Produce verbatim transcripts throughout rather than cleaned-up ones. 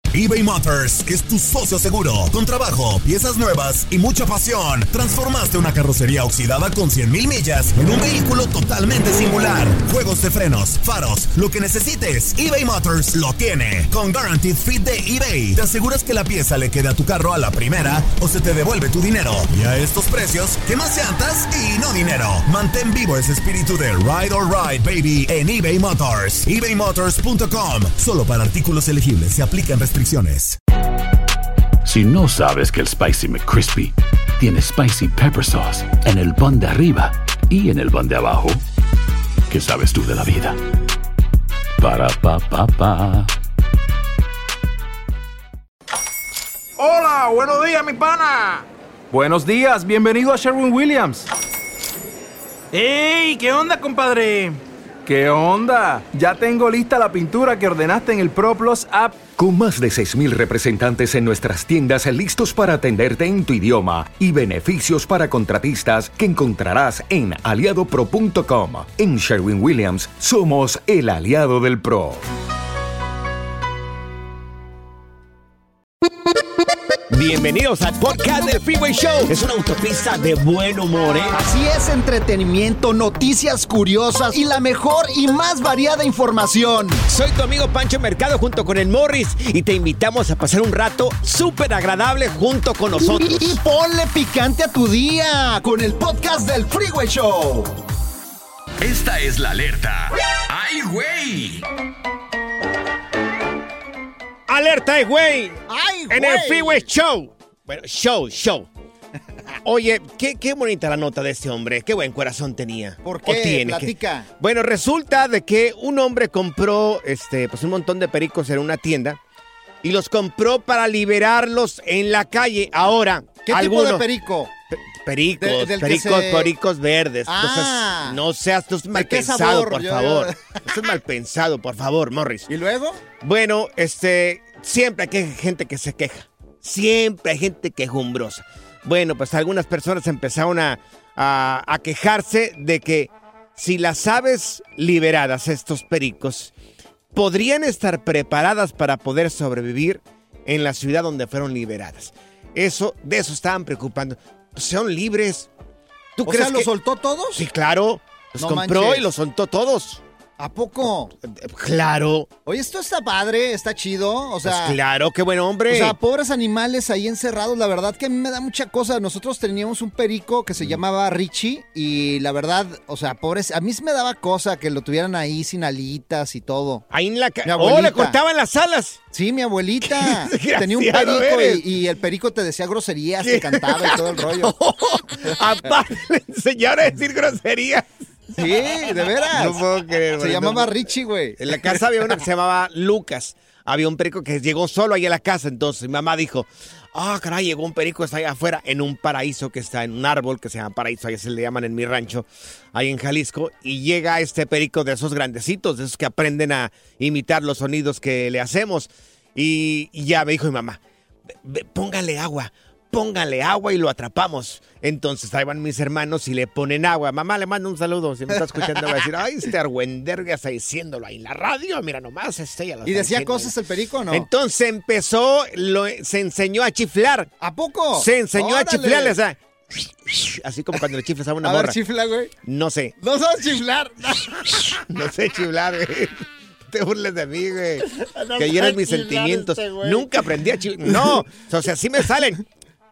eBay Motors es tu socio seguro. Con trabajo, piezas nuevas y mucha pasión, transformaste una carrocería oxidada con cien mil millas en un vehículo totalmente singular. Juegos de frenos, faros, lo que necesites, eBay Motors lo tiene. Con Guaranteed Fit de eBay, te aseguras que la pieza le quede a tu carro a la primera o se te devuelve tu dinero. Y a estos precios, ¿qué más llantas y no dinero? Mantén vivo ese espíritu de Ride or Ride, baby, en eBay Motors. ebay motors punto com. Solo para artículos elegibles se aplican restricciones. Si no sabes que el Spicy McCrispy tiene Spicy Pepper Sauce en el pan de arriba y en el pan de abajo, ¿qué sabes tú de la vida? Para, pa, pa, pa. Hola, buenos días, mi pana. Buenos días, bienvenido a Sherwin-Williams. ¡Ey! ¿Qué onda, compadre? ¿Qué onda? Ya tengo lista la pintura que ordenaste en el ProPlus app. Con más de seis mil representantes en nuestras tiendas listos para atenderte en tu idioma y beneficios para contratistas que encontrarás en aliado pro punto com. En Sherwin-Williams somos el aliado del pro. Bienvenidos al podcast del Freeway Show. Es una autopista de buen humor, ¿eh? Así es, entretenimiento, noticias curiosas y la mejor y más variada información. Soy tu amigo Pancho Mercado junto con el Morris y te invitamos a pasar un rato súper agradable junto con nosotros. Y, y ponle picante a tu día con el podcast del Freeway Show. Esta es la alerta. ¡Ay, güey! ¡Alerta, güey! ¡Ay, güey! En el Freeway Show. Bueno, show, show. Oye, qué, qué bonita la nota de este hombre. Qué buen corazón tenía. ¿Por qué? O tiene. Platica. Que... Bueno, resulta de que un hombre compró este, pues un montón de pericos en una tienda y los compró para liberarlos en la calle. Ahora, ¿qué algunos... tipo de perico? Pericos, De, del pericos, se... pericos verdes. Ah. Entonces, no seas tú mal pensado, sabor? por Yo, favor. yo... Estás mal pensado, por favor, Morris. ¿Y luego? Bueno, este, siempre hay gente que se queja. Siempre hay gente quejumbrosa. Bueno, pues algunas personas empezaron a, a, a quejarse de que si las aves liberadas, estos pericos, podrían estar preparadas para poder sobrevivir en la ciudad donde fueron liberadas. Eso, de eso estaban preocupando. Son libres. ¿Tú ¿O crees sea, los que... soltó todos? Sí, claro. Los No compró manches. y los soltó todos. ¿A poco? Claro. Oye, esto está padre, está chido, o sea... Pues claro, qué buen hombre. O sea, pobres animales ahí encerrados, la verdad que a mí me da mucha cosa. Nosotros teníamos un perico que se llamaba Richie y la verdad, o sea, pobres... A mí sí me daba cosa que lo tuvieran ahí sin alitas y todo. Ahí en la... Ca... Mi abuelita. ¡Oh, le cortaban las alas! Sí, mi abuelita. Tenía un Desgraciado perico eres. y, y el perico te decía groserías, te cantaba y todo el rollo. Aparte le enseñaron a decir groserías. Sí, de veras. No puedo creer, Se güey, llamaba no. Richie, güey. En la casa había uno que se llamaba Lucas. Había un perico que llegó solo ahí a la casa. Entonces mi mamá dijo, ah, oh, caray, llegó un perico, está ahí afuera, en un paraíso que está en un árbol que se llama paraíso, ahí se le llaman en mi rancho, ahí en Jalisco. Y llega este perico de esos grandecitos, de esos que aprenden a imitar los sonidos que le hacemos. Y, y ya me dijo mi mamá, póngale agua. Póngale agua y lo atrapamos. Entonces ahí van mis hermanos y le ponen agua. Mamá, le mando un saludo. Si me está escuchando va a decir, ay, este argüenderga está diciéndolo ahí en la radio. Mira nomás, este ya lo ¿Y está decía diciendo. cosas el perico o no? Entonces empezó, lo, se enseñó a chiflar. ¿A poco? Se enseñó Órale. a chiflarle, o sea, así como cuando le chiflas a una a morra. ver, chifla, güey. No sé. No sabes chiflar. No sé chiflar, güey. Te burles de mí, güey. No que hieras sabe mis chiflar sentimientos. este güey. Nunca aprendí a chiflar. No, o sea, sí me salen.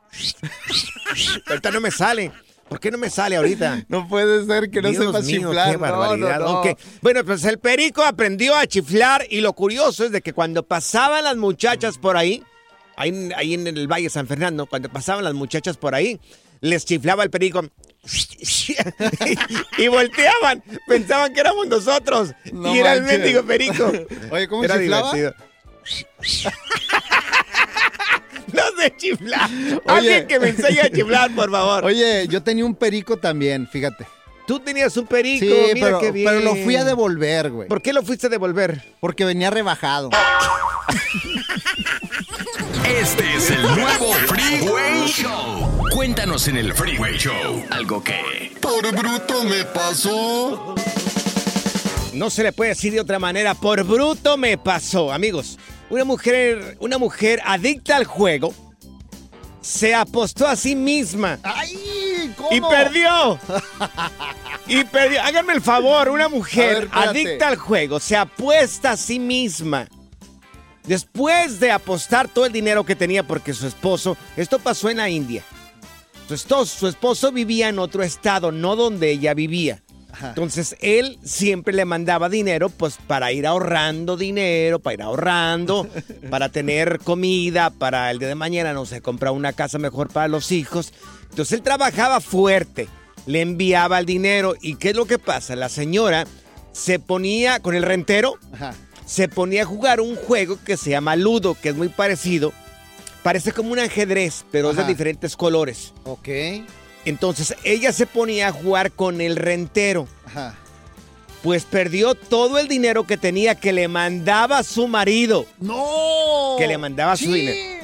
Ahorita no me sale. ¿Por qué no me sale ahorita? No puede ser que no Dios sepas mío, chiflar. qué barbaridad. No, no, no. Ok. Bueno, pues el perico aprendió a chiflar y lo curioso es de que cuando pasaban las muchachas por ahí, ahí, en- ahí en el Valle San Fernando, cuando pasaban las muchachas por ahí, les chiflaba el perico. y, y volteaban, pensaban que éramos nosotros. No y era el manches. mendigo perico. Oye, ¿cómo Era chiflaba? divertido. No sé chiflar. Oye. Alguien que me enseñe a chiflar, por favor. Oye, yo tenía un perico también, fíjate. Tú tenías un perico, Sí, mira pero, qué bien. pero lo fui a devolver, güey. ¿Por qué lo fuiste a devolver? Porque venía rebajado. Este es el nuevo Freeway Show. Cuéntanos en el Freeway Show algo que por bruto me pasó. No se le puede decir de otra manera. Por bruto me pasó. Amigos, Una mujer, una mujer adicta al juego se apostó a sí misma. ¡Ay! ¿Cómo? Y perdió. Y perdió. Háganme el favor, una mujer A ver, adicta al juego se apuesta a sí misma. Después de apostar todo el dinero que tenía porque su esposo, esto pasó en la India. Su esposo, su esposo vivía en otro estado, no donde ella vivía. Ajá. Entonces, él siempre le mandaba dinero, pues, para ir ahorrando dinero, para ir ahorrando, para tener comida, para el día de mañana, no sé, comprar una casa mejor para los hijos. Entonces, él trabajaba fuerte, le enviaba el dinero. ¿Y qué es lo que pasa? La señora se ponía con el rentero, Ajá. se ponía a jugar un juego que se llama Ludo, que es muy parecido. Parece como un ajedrez, pero es de Ajá. diferentes colores. Ok. Entonces, ella se ponía a jugar con el rentero. Ajá. Pues perdió todo el dinero que tenía que le mandaba su marido. ¡No! Que le mandaba su ¡Chin! dinero.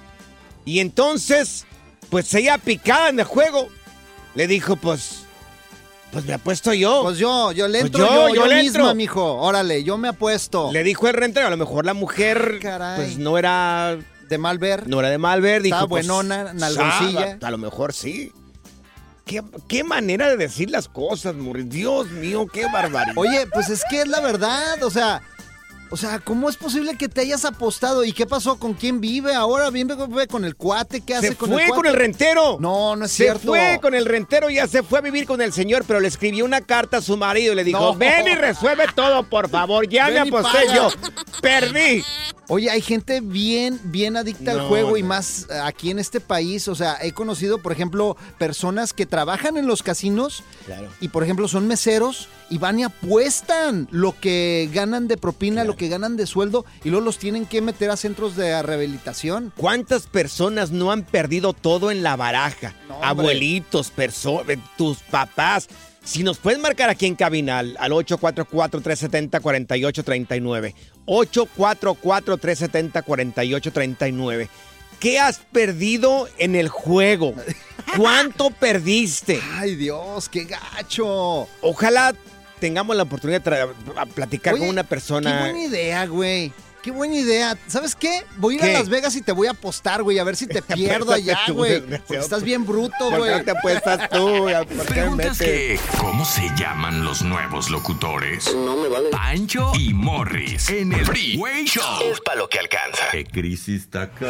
Y entonces, pues ella picada en el juego, le dijo, pues, pues me apuesto yo. Pues yo, yo le Pues entro yo, yo, yo yo le misma, entro. mijo. Órale, yo me apuesto. Le dijo el rentero, a lo mejor la mujer, Caray. pues no era, De mal ver. no era de mal ver. Dijo, Estaba pues, buenona, nalgoncilla. ah, a lo mejor sí. ¿Qué, qué manera de decir las cosas, Morri. Dios mío, qué barbaridad. Oye, pues es que es la verdad, o sea, o sea, ¿cómo es posible que te hayas apostado? ¿Y qué pasó? ¿Con quién vive ahora? ¿Vive con el cuate? ¿Qué hace Se con fue el cuate? con el rentero. No, no es Se cierto. fue con el rentero, ya se fue a vivir con el señor, pero le escribió una carta a su marido y le dijo, No. ven y resuelve todo, por favor. Ya Ven me y aposté paga. yo. Perdí. Oye, hay gente bien, bien adicta No, al juego y no. más aquí en este país. O sea, he conocido, por ejemplo, personas que trabajan en los casinos Claro. y, por ejemplo, son meseros y van y apuestan lo que ganan de propina, Claro. lo que ganan de sueldo y luego los tienen que meter a centros de rehabilitación. ¿Cuántas personas no han perdido todo en la baraja? No, hombre. Abuelitos, perso- eh, tus papás. Si nos puedes marcar aquí en cabina al, al ocho cuatro cuatro, tres siete cero, cuatro ocho tres nueve. ocho cuatro cuatro, tres siete cero, cuatro ocho tres nueve. ¿Qué has perdido en el juego? ¿Cuánto perdiste? Ay, Dios, qué gacho. Ojalá tengamos la oportunidad de tra- a platicar Oye, con una Qué persona. buena idea, güey. Qué buena idea. ¿Sabes qué? Voy a ir ¿Qué? a Las Vegas y te voy a apostar, güey, a ver si te pierdo Apuéstate allá, tú, güey. desgraciado. Porque estás bien bruto, ¿Por qué güey. no te apuestas tú? ¿Por qué me ¿Preguntas metes? que cómo se llaman los nuevos locutores? No me vale. Pancho y Morris en el Freeway Show. Es para lo que alcanza. ¿Qué crisis está acá?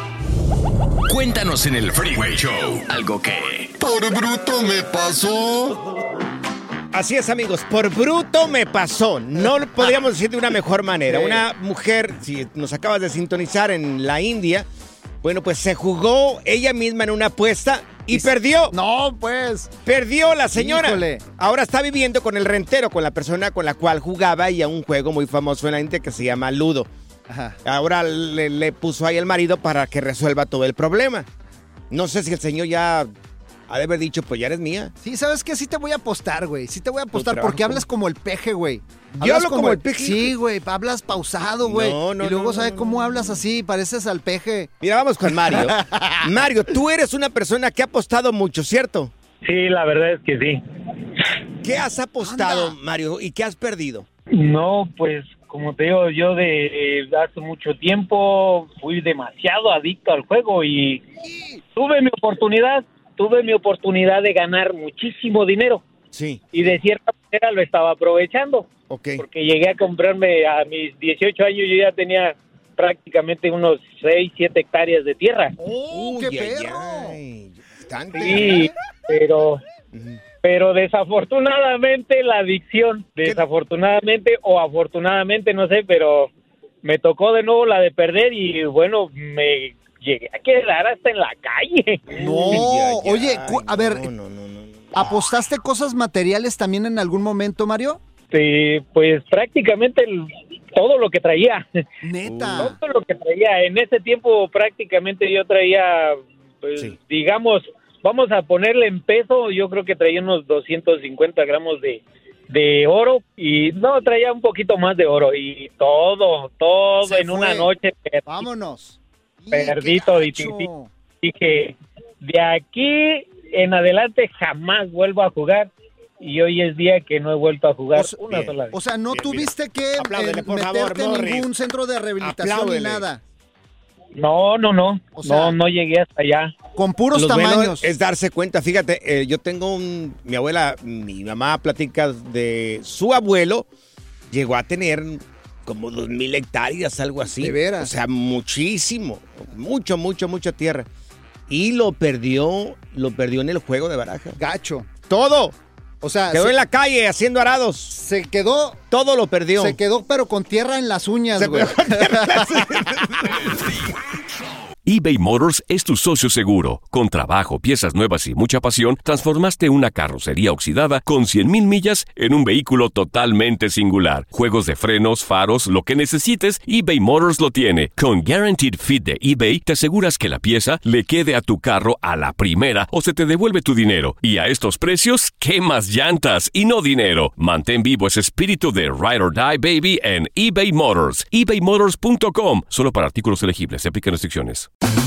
Cuéntanos en el Freeway Show algo que... Por bruto me pasó. Así es, amigos, por bruto me pasó. No lo podríamos decir de una mejor manera. Sí. Una mujer, si nos acabas de sintonizar en la India, bueno, pues se jugó ella misma en una apuesta y, Y s- perdió. No, pues. Perdió la señora. Híjole. Ahora está viviendo con el rentero, con la persona con la cual jugaba y a un juego muy famoso en la India que se llama Ludo. Ajá. Ahora le, le puso ahí el marido para que resuelva todo el problema. No sé si el señor ya ha de haber dicho, pues ya eres mía. Sí, ¿sabes qué? Sí te voy a apostar, güey. Sí te voy a apostar trabajo. porque hablas como el peje, güey. ¿Yo Hablas hablo como el peje? Sí, güey. Hablas pausado, güey. No, no, y luego, no, ¿sabes no, cómo no. hablas así? Pareces al peje. Mira, vamos con Mario. Mario, tú eres una persona que ha apostado mucho, ¿cierto? Sí, la verdad es que sí. ¿Qué has apostado, Anda. Mario, y qué has perdido? No, pues como te digo, yo de hace mucho tiempo fui demasiado adicto al juego y tuve mi oportunidad, tuve mi oportunidad de ganar muchísimo dinero Sí, y de cierta manera lo estaba aprovechando ok. porque llegué a comprarme a mis dieciocho años, yo ya tenía prácticamente unos seis, siete hectáreas de tierra. ¡Oh, Uy, qué ay, perro! ay, bastante. Sí, pero Ujú. pero desafortunadamente la adicción, desafortunadamente o afortunadamente, no sé, pero me tocó de nuevo la de perder y bueno, me llegué a quedar hasta en la calle. No, Uy, ay, oye, ay, cu- a ver, No, no, no, no. no. ¿apostaste cosas materiales también en algún momento, Mario? Sí, pues prácticamente el- todo lo que traía, Neta. todo lo que traía. En ese tiempo prácticamente yo traía, pues, Sí. digamos, vamos a ponerle en peso, yo creo que traía unos doscientos cincuenta gramos de, de oro y no, traía un poquito más de oro y todo, todo Se en una fue. noche. Vámonos. Y Perdí qué toditito. gacho. Dije, de aquí en adelante jamás vuelvo a jugar y hoy es día que no he vuelto a jugar o sea, una bien. sola vez. O sea, no Bien, tuviste que Apláudele, eh, por meterte favor, en Morris. ningún centro de rehabilitación Apláudele. ni nada. No, no, no, O sea, no, no llegué hasta allá. Con puros Lo tamaños. bueno es darse cuenta, fíjate, eh, yo tengo un, mi abuela, mi mamá platica de su abuelo, llegó a tener como dos mil hectáreas, algo así. ¿De veras? O sea, muchísimo, mucho, mucho, mucha tierra. Y lo perdió, lo perdió en el juego de baraja. Gacho. Todo. O sea, Quedó se, en la calle haciendo arados. se quedó, Todo lo perdió. se quedó, pero con tierra en las uñas, Se güey. eBay Motors es tu socio seguro. Con trabajo, piezas nuevas y mucha pasión, transformaste una carrocería oxidada con cien mil millas en un vehículo totalmente singular. Juegos de frenos, faros, lo que necesites, eBay Motors lo tiene. Con Guaranteed Fit de eBay, te aseguras que la pieza le quede a tu carro a la primera o se te devuelve tu dinero. Y a estos precios, ¿qué más llantas y no dinero? Mantén vivo ese espíritu de Ride or Die, baby, en eBay Motors. ebay motors punto com. Solo para artículos elegibles. Se aplican restricciones.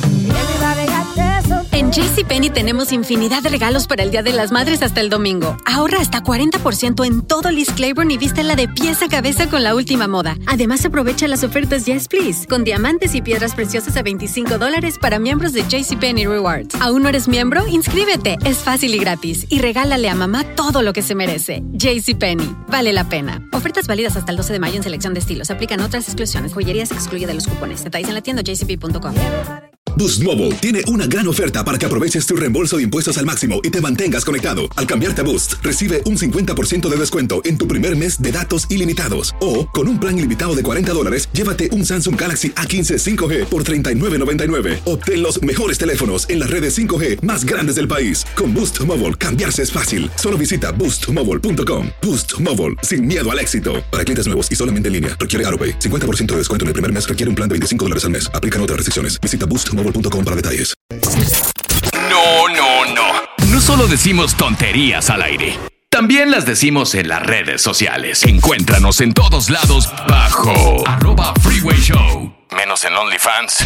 En JCPenney tenemos infinidad de regalos para el Día de las Madres hasta el domingo. Ahorra hasta cuarenta por ciento en todo Liz Claiborne y vístela de pies a cabeza con la última moda. Además, aprovecha las ofertas Yes Please, con diamantes y piedras preciosas a veinticinco dólares para miembros de JCPenney Rewards. ¿Aún no eres miembro? Inscríbete. Es fácil y gratis. Y regálale a mamá todo lo que se merece. JCPenney. Vale la pena. Ofertas válidas hasta el doce de mayo en selección de estilos. Aplican otras exclusiones. Joyería se excluye de los cupones. Detalles en la tienda j c p punto com. Boost Mobile tiene una gran oferta para que aproveches tu reembolso de impuestos al máximo y te mantengas conectado. Al cambiarte a Boost, recibe un cincuenta por ciento de descuento en tu primer mes de datos ilimitados. O, con un plan ilimitado de cuarenta dólares, llévate un Samsung Galaxy A quince cinco G por treinta y nueve noventa y nueve. Obtén los mejores teléfonos en las redes cinco G más grandes del país. Con Boost Mobile, cambiarse es fácil. Solo visita boost mobile punto com. Boost Mobile, sin miedo al éxito. Para clientes nuevos y solamente en línea, requiere AutoPay. cincuenta por ciento de descuento en el primer mes requiere un plan de veinticinco dólares al mes. Aplican otras restricciones. Visita boost mobile punto com para detalles. No, no, no. No solo decimos tonterías al aire. También las decimos en las redes sociales. Encuéntranos en todos lados bajo arroba Freeway Show. Menos en OnlyFans.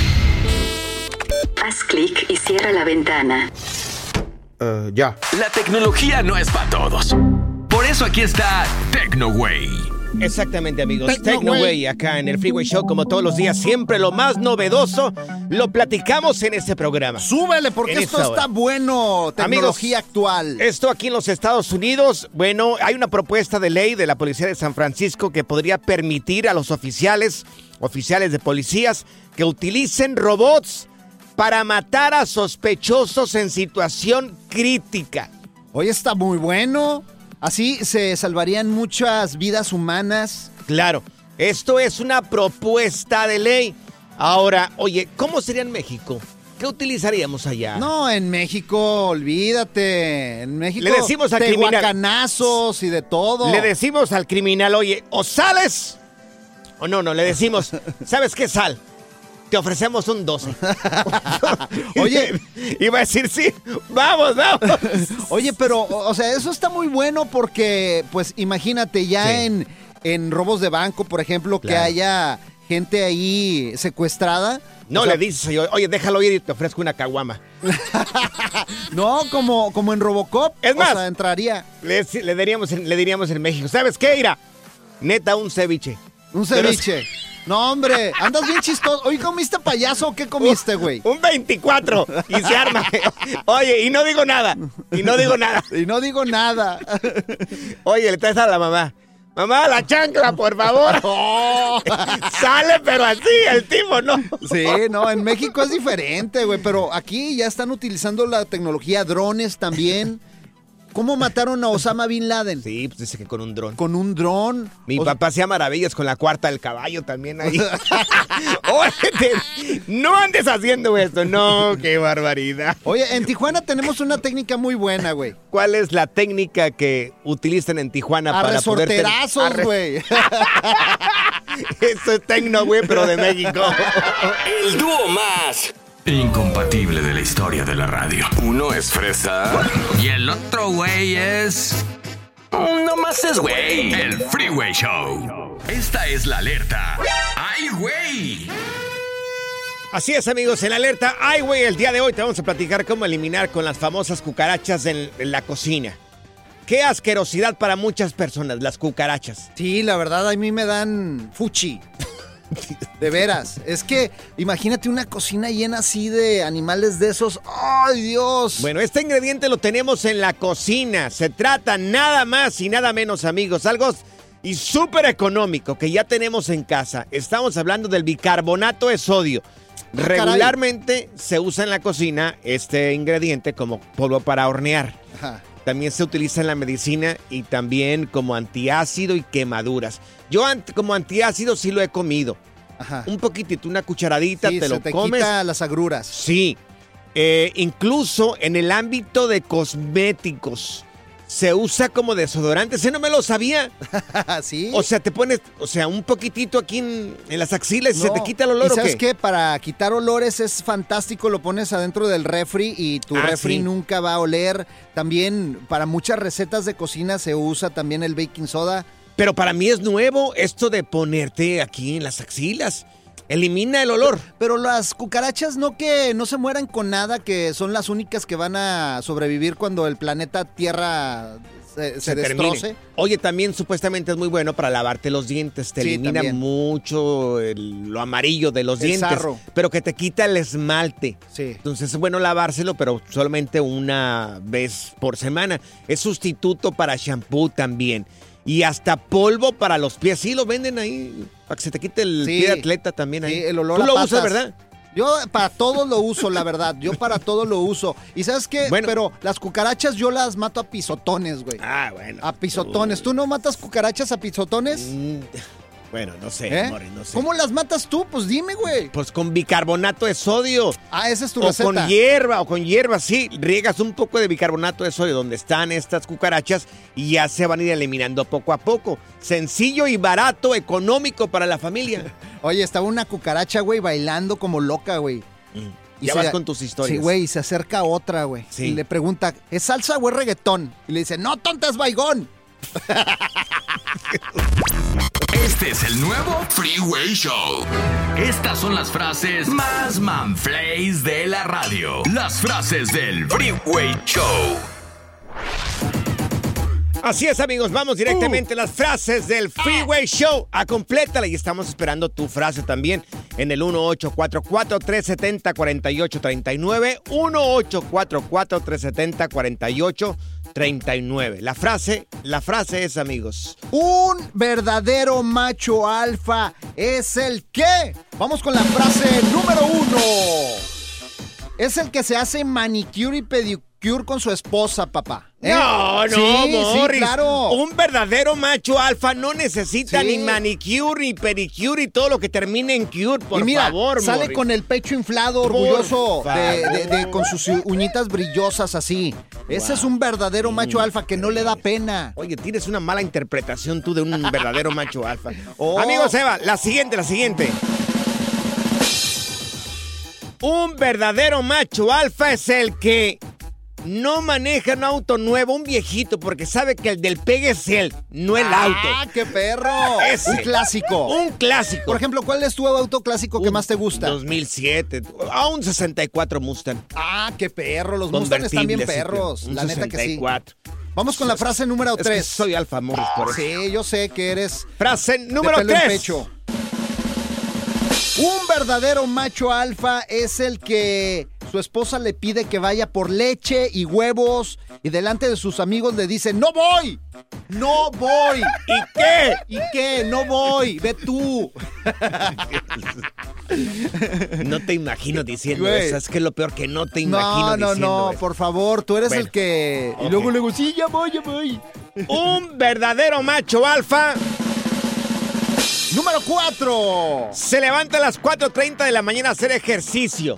Haz clic y cierra la ventana. Uh, ya. La tecnología no es para todos. Por eso aquí está TecnoWay. Exactamente, amigos. TecnoWay acá en el Freeway Show, como todos los días, siempre lo más novedoso lo platicamos en este programa. Súbele, porque En esto esta está hora. bueno. Tecnología Amigos, actual. Esto aquí en los Estados Unidos, bueno, hay una propuesta de ley de la Policía de San Francisco que podría permitir a los oficiales, oficiales de policías, que utilicen robots para matar a sospechosos en situación crítica. Hoy está muy bueno. Así se salvarían muchas vidas humanas. Claro, esto es una propuesta de ley. Ahora, oye, ¿cómo sería en México? ¿Qué utilizaríamos allá? No, en México, olvídate. En México, Le decimos al criminal. tehuacanazos y de todo. Le decimos al criminal, oye, o sales, o no, no, le decimos, ¿sabes qué, sal? Te ofrecemos un doce. Oye, iba a decir sí, vamos, vamos. Oye, pero, o sea, eso está muy bueno porque, pues, imagínate, ya Sí. en, en robos de banco, por ejemplo, que Claro. haya gente ahí secuestrada. No O sea, le dices, oye, déjalo ir y te ofrezco una caguama. No, como, como en Robocop. Es más, o sea, entraría. Le, le, diríamos, en- le diríamos en México, ¿sabes qué, Ira? Neta, un ceviche. Un Pero- ceviche. No, hombre, andas bien chistoso. ¿Hoy comiste payaso o qué comiste, güey? Un veinticuatro y se arma. Oye, y no digo nada. Y no digo nada. Y no digo nada. Oye, le traes a la mamá. Mamá, la chancla, por favor. Sale, pero así, el tipo, ¿no? Sí, no, en México es diferente, güey, pero aquí ya están utilizando la tecnología, drones también. ¿Cómo mataron a Osama Bin Laden? Sí, pues dice que con un dron. Con un dron. Mi O- papá hacía maravillas con la cuarta del caballo también ahí. Oye, te- no andes haciendo esto. No, qué barbaridad. Oye, en Tijuana tenemos una técnica muy buena, güey. ¿Cuál es la técnica que utilizan en Tijuana A para poder... ten- resorterazos, a re- güey. Esto es tecno, güey, pero de México. El dúo más incompatible de la historia de la radio. Uno es fresa y el otro güey es... No más es güey. El Freeway Show. Esta es la alerta. ¡Ay, güey! Así es, amigos, en alerta. Ay, güey, el día de hoy te vamos a platicar cómo eliminar con las famosas cucarachas en, en la cocina. qué asquerosidad para muchas personas, las cucarachas. Sí, la verdad a mí me dan fuchi. De veras. Es que imagínate una cocina llena así de animales de esos. ¡Ay, Dios! Bueno, este ingrediente lo tenemos en la cocina. Se trata nada más y nada menos, amigos. Algo y súper económico que ya tenemos en casa. Estamos hablando del bicarbonato de sodio. Regularmente se usa en la cocina este ingrediente como polvo para hornear. Ajá. También se utiliza en la medicina y también como antiácido y quemaduras. Yo ant- como antiácido sí lo he comido. Ajá. Un poquitito, una cucharadita, Sí, te se lo te comes. quita las agruras. Sí. Eh, incluso en el ámbito de cosméticos se usa como desodorante. Ese no me lo sabía. ¿Sí? O sea, te pones, o sea, un poquitito aquí en, en las axilas y se No. te quita el olor. ¿Y ¿o sabes qué? qué? Para quitar olores es fantástico, lo pones adentro del refri y tu Ah, refri sí. nunca va a oler. También para muchas recetas de cocina se usa también el baking soda. Pero para mí es nuevo esto de ponerte aquí en las axilas. Elimina el olor. Pero las cucarachas no que no se mueran con nada, que son las únicas que van a sobrevivir cuando el planeta Tierra se, se se destroce. termine. Oye, también supuestamente es muy bueno para lavarte los dientes. Te Sí, elimina también. mucho el- lo amarillo de los El dientes. sarro. Pero que te quita el esmalte. Sí. Entonces es bueno lavárselo, pero solamente una vez por semana. Es sustituto para shampoo también. Y hasta polvo para los pies. Sí, lo venden ahí. Para que se te quite el Sí. pie de atleta también ahí. Sí, el olor Tú a lo patas. usas, ¿verdad? Yo para todo lo uso, la verdad. Yo para todo lo uso. ¿Y sabes qué? Bueno. Pero las cucarachas yo las mato a pisotones, güey. Ah, bueno. A pisotones. ¿Tú no matas cucarachas a pisotones? Mm, Bueno, no sé, ¿Eh? Morris, no sé. ¿Cómo las matas tú? Pues dime, güey. Pues con bicarbonato de sodio. Ah, esa es tu O receta. con hierba, o con hierba, sí. Riegas un poco de bicarbonato de sodio donde están estas cucarachas y ya se van a ir eliminando poco a poco. Sencillo y barato, económico para la familia. Oye, estaba una cucaracha, güey, bailando como loca, güey. Y ya vas con tus historias. Sí, güey, y se acerca otra, güey. Sí. Y le pregunta, ¿es salsa o es reggaetón? Y le dice, no, tonta, es baigón. Este es el nuevo Freeway Show. Estas son las frases más manflays de la radio. Las frases del Freeway Show. Así es, amigos, vamos directamente a las frases del Freeway Show. A complétala y estamos esperando tu frase también en el uno ocho cuatro cuatro, tres siete cero, cuatro ocho tres nueve, uno ocho cuatro cuatro, tres siete cero, cuatro ocho tres nueve. La frase, la frase es, amigos. Un verdadero macho alfa es el que... Vamos con la frase número uno. Es el que se hace manicure y pedicure con su esposa, papá. ¿Eh? No, no, sí, Morris. Sí, claro. Un verdadero macho alfa no necesita Sí. ni manicure, ni pedicure y todo lo que termine en cure, por y mira, favor, sale Morris. con el pecho inflado, orgulloso, Por de, de- de- favor. con sus uñitas brillosas así. Ese es un verdadero macho alfa que no le da pena. Oye, tienes una mala interpretación tú de un verdadero macho alfa. Oh. Amigos, Eva, la siguiente, la siguiente. Un verdadero macho alfa es el que no maneja un auto nuevo, un viejito, porque sabe que el del pegue es él, no el auto. ¡Ah, qué perro! Ese. Un clásico. Un clásico. Por ejemplo, ¿cuál es tu auto clásico que Un más te gusta? dos mil siete. A un sesenta y cuatro Mustang. Ah, qué perro. Los Mustang están bien Convertible, sí, perros. un La neta que sí. sesenta y cuatro. Vamos con la frase número Es que tres. soy alfa, Morris, por eso. Sí, yo sé que eres Frase número de pelo en tres. pecho. Un verdadero macho alfa es el que su esposa le pide que vaya por leche y huevos y delante de sus amigos le dice, ¡no voy! ¡No voy! ¿Y qué? ¿Y qué? ¡No voy! ¡Ve tú! No te imagino diciendo Güey. eso. Es que es lo peor que no te imagino No, no, diciendo no, eso. por favor, tú eres Bueno, el que... ok. Y luego, luego, sí, ya voy, ya voy. Un verdadero macho alfa Número cuatro. se levanta a las cuatro treinta de la mañana a hacer ejercicio.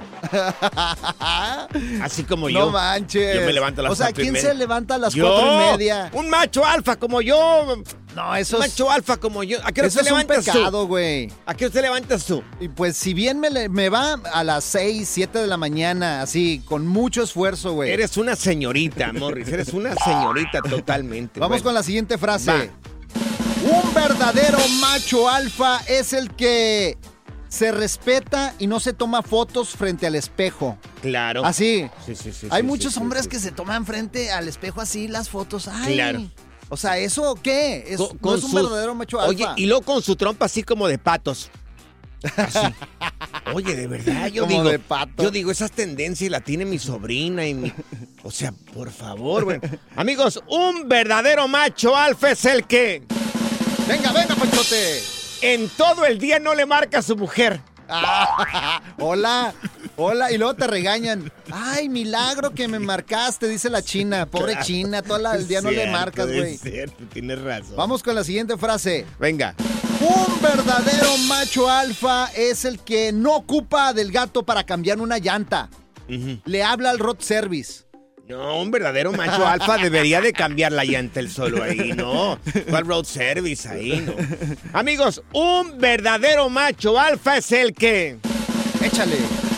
Así como yo. No manches. Yo me levanto a las O sea, cuatro y ¿quién media. se levanta a las Yo, cuatro y media? Un macho alfa como yo. No, eso Un es... macho alfa como yo. ¿A qué hora Eso te es un levantas pecado, tú? güey. ¿A qué hora te levantas tú? Y pues si bien me, le- me va a las seis, siete de la mañana, así, con mucho esfuerzo, güey. Eres una señorita, Morris. Eres una señorita totalmente. Vamos Bueno. con la siguiente frase. Va. Un verdadero macho alfa es el que se respeta y no se toma fotos frente al espejo. Claro. Así. Sí, sí, sí. Hay sí, muchos sí, hombres sí, que sí. se toman frente al espejo así las fotos. Ay. Claro. O sea, ¿eso qué? Es, Con- no con es un su- verdadero macho Oye, alfa. y luego con su trompa así como de patos. Así. Oye, de verdad, yo Como digo, de pato. yo digo, esas tendencias la tiene mi sobrina y mi... O sea, por favor, bueno. Amigos, un verdadero macho alfa es el que... Venga, venga, Panchote. En todo el día no le marca a su mujer. Ah, hola, hola, y luego te regañan. Ay, milagro que me marcaste, dice la China. Pobre Claro. China, todo el día no le Cierto, marcas, güey. Es cierto, tienes razón. Vamos con la siguiente frase. Venga. Un verdadero macho alfa es el que no ocupa del gato para cambiar una llanta. Ujú. Le habla al road service. No, un verdadero macho alfa debería de cambiar la llanta el solo ahí, no. ¿Cuál road service ahí, no? Amigos, un verdadero macho alfa es el que... Échale.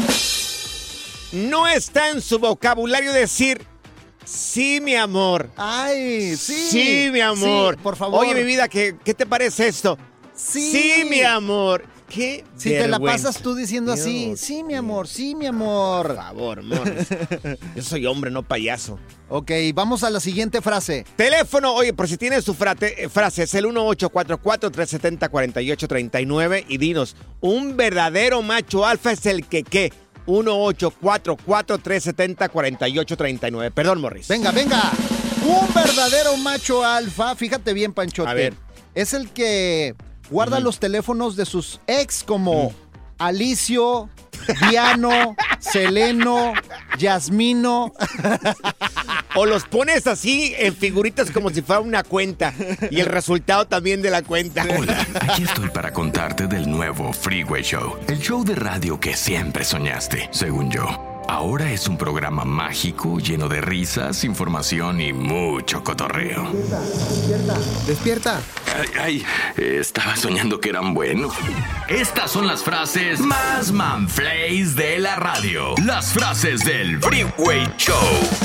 No está en su vocabulario decir, sí, mi amor. Ay, sí. Sí, mi amor. Sí, por favor. Oye, mi vida, ¿qué, qué te parece esto? Sí. Sí, mi amor. ¿Qué Si te la vergüenza. pasas tú diciendo así, Dios sí, mi amor, sí, mi amor. Por favor, Morris. Yo soy hombre, no payaso. Ok, vamos a la siguiente frase. Teléfono, oye, por si tienes su frate- eh, frase, es el uno ocho cuatro cuatro, tres siete cero, cuatro ocho tres nueve y dinos, un verdadero macho alfa es el que qué. uno ocho cuatro cuatro, tres siete cero, cuatro ocho tres nueve. Perdón, Morris. Venga, venga. Un verdadero macho alfa, fíjate bien, Panchote. A ver. Es el que guarda los teléfonos de sus ex como Alicio, Diano, Seleno, Yasmino. O los pones así en figuritas como si fuera una cuenta. Y el resultado también de la cuenta. Hola, aquí estoy para contarte del nuevo Freeway Show, el show de radio que siempre soñaste, según yo. Ahora es un programa mágico lleno de risas, información y mucho cotorreo. Despierta, despierta. Ay, ay, estaba soñando que eran buenos. Estas son las frases más manflays de la radio. Las frases del Freeway Show.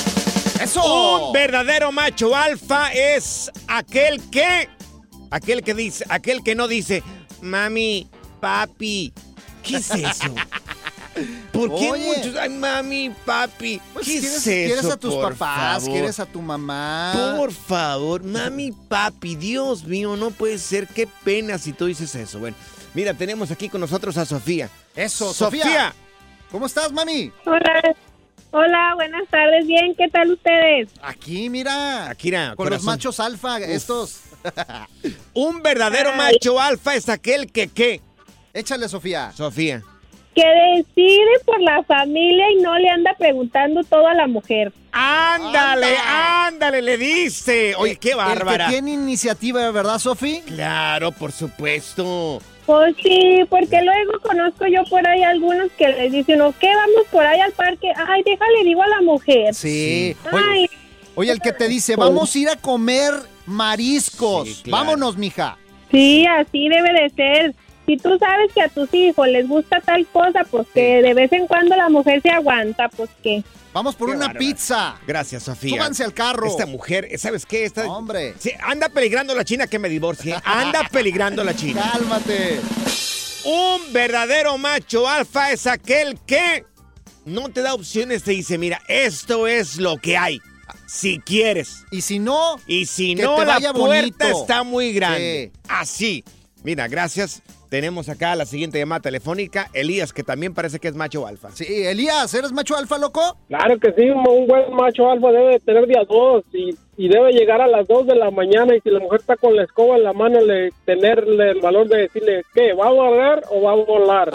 ¡Eso! Un verdadero macho alfa es aquel que... Aquel que dice... Aquel que no dice, mami, papi. ¿Qué es eso? ¿Por qué Oye. muchos? Ay, mami, papi. Pues ¿Qué quieres, es eso? quieres a tus por papás, favor? quieres a tu mamá. Por favor, mami, papi, Dios mío, no puede ser. Qué pena si tú dices eso. Bueno, mira, tenemos aquí con nosotros a Sofía. Eso, Sofía. Sofía. ¿Cómo estás, mami? Hola, hola, buenas tardes, bien, ¿qué tal ustedes? Aquí, mira. Aquí, mira, Con los corazón. machos alfa, estos. Un verdadero Ay. macho alfa es aquel que, ¿qué? Échale, Sofía. Sofía. Que decide por la familia y no le anda preguntando todo a la mujer. Ándale, Anda. ándale, le dice. Oye, qué El bárbara. que tiene iniciativa, ¿verdad, Sofi? Claro, por supuesto. Pues sí, porque luego conozco yo por ahí algunos que les dicen, ¿o qué vamos por ahí al parque? Ay, déjale, digo a la mujer. Sí. Ay, Oye, oye, el que te dice, vamos a ir a comer mariscos. Sí, claro. Vámonos, mija. sí, así debe de ser. Si tú sabes que a tus hijos les gusta tal cosa, pues que de vez en cuando la mujer se aguanta, pues que... Vamos por Qué una bárbara. pizza. Gracias, Sofía. Súbanse al carro. Esta mujer, ¿sabes qué? Esta, Hombre. Sí, anda peligrando la China que me divorcie. Anda peligrando la China. Cálmate. Un verdadero macho alfa es aquel que no te da opciones, te dice, mira, esto es lo que hay. Si quieres. Y si no, Y si que no, te la vaya puerta bonito. está muy grande. Sí. Así. Mira, gracias. Tenemos acá la siguiente llamada telefónica. Elías, que también parece que es macho alfa. Sí, Elías, ¿eres macho alfa, loco? Claro que sí, un un buen macho alfa debe tener día dos y, y debe llegar a las dos de la mañana y si la mujer está con la escoba en la mano, le tenerle el valor de decirle, ¿qué? ¿Va a volar o va a volar?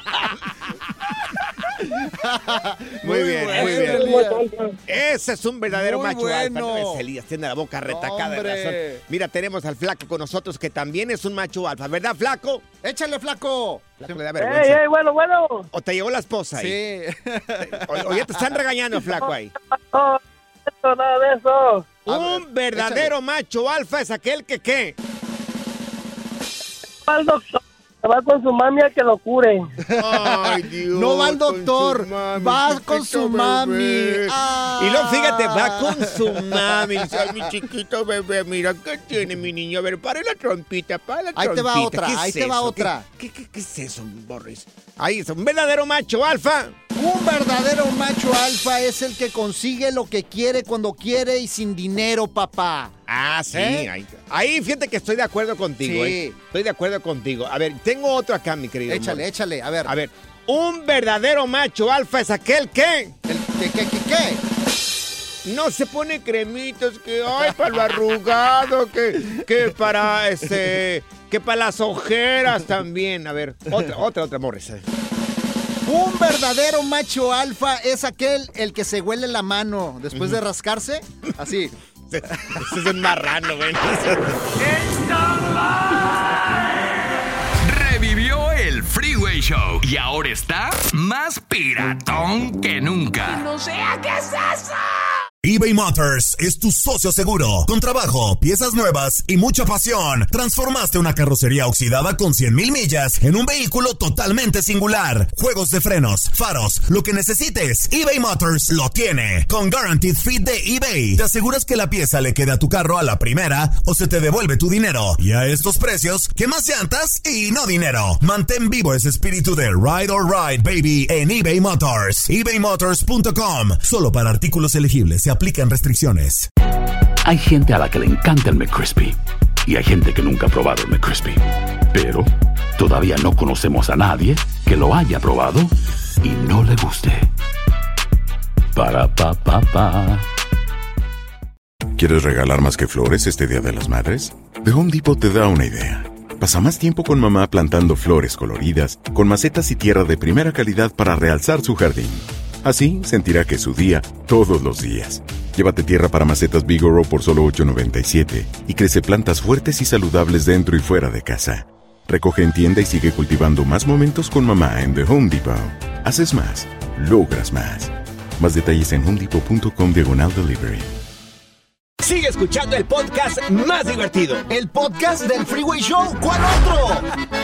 Muy, bien, bueno, muy bien. Elías. Ese es un verdadero Muy macho bueno. alfa. No es Elías, tiene la boca retacada de Hombre. razón. Mira, tenemos al flaco con nosotros que también es un macho alfa. ¿Verdad, flaco? Échale, flaco. Flaco le da ¡Ey, vergüenza. ey, bueno, bueno! ¿O te llevó la esposa ahí? Sí. O, o ya te están regañando, flaco, ahí. No, esto, nada de eso. A Un ver, verdadero macho alfa es aquel que, ¿qué? Va al doctor, va con su mami a que lo cure. Ay, Dios. No va al con doctor, su mami, va chiquito con su bebé. mami. Ah. Y luego, fíjate, va con su mami. Dice, ay, mi chiquito bebé, mira, ¿qué tiene mi niño? A ver, para la trompita, para la Ahí te trompita. va otra, ¿Qué es ahí te va eso? otra. ¿Qué, qué, qué, qué es eso, Boris? Ahí es un verdadero macho alfa. Un verdadero macho alfa es el que consigue lo que quiere cuando quiere y sin dinero, papá. Ah, sí. ¿Eh? Ahí, ahí fíjate que estoy de acuerdo contigo. Sí. Eh. Estoy de acuerdo contigo. A ver, tengo otro acá, mi querido. Échale, Morris. échale, a ver. A ver, un verdadero macho alfa es aquel que... ¿El qué, qué, qué, qué? No se pone cremitos, que ay, para lo arrugado, que, que para este, que para las ojeras también. A ver, otra, otra, otra, Morris. Un verdadero macho alfa es aquel el que se huele la mano después de rascarse. Así. Ese es un marrano, güey. Revivió el Freeway Show y ahora está más piratón que nunca. ¡No sea qué es eso! eBay Motors es tu socio seguro. Con trabajo, piezas nuevas y mucha pasión, transformaste una carrocería oxidada con cien mil millas en un vehículo totalmente singular. Juegos de frenos, faros, lo que necesites, eBay Motors lo tiene. Con Guaranteed Fit de eBay, te aseguras que la pieza le quede a tu carro a la primera o se te devuelve tu dinero. Y a estos precios, ¿qué más llantas y no dinero? Mantén vivo ese espíritu de Ride or Ride, baby, en eBay Motors. ebay motors punto com. Solo para artículos elegibles se aplican restricciones. Hay gente a la que le encanta el McCrispy y hay gente que nunca ha probado el McCrispy. Pero todavía no conocemos a nadie que lo haya probado y no le guste. Para pa pa pa. ¿Quieres regalar más que flores este Día de las Madres? The Home Depot te da una idea. Pasa más tiempo con mamá plantando flores coloridas, con macetas y tierra de primera calidad para realzar su jardín. Así sentirá que es su día todos los días. Llévate tierra para macetas Bigoro por solo ocho noventa y siete y crece plantas fuertes y saludables dentro y fuera de casa. Recoge en tienda y sigue cultivando más momentos con mamá en The Home Depot. Haces más, logras más. Más detalles en homedepot.com diagonal delivery. Sigue escuchando el podcast más divertido. El podcast del Freeway Show. ¿Cuál otro?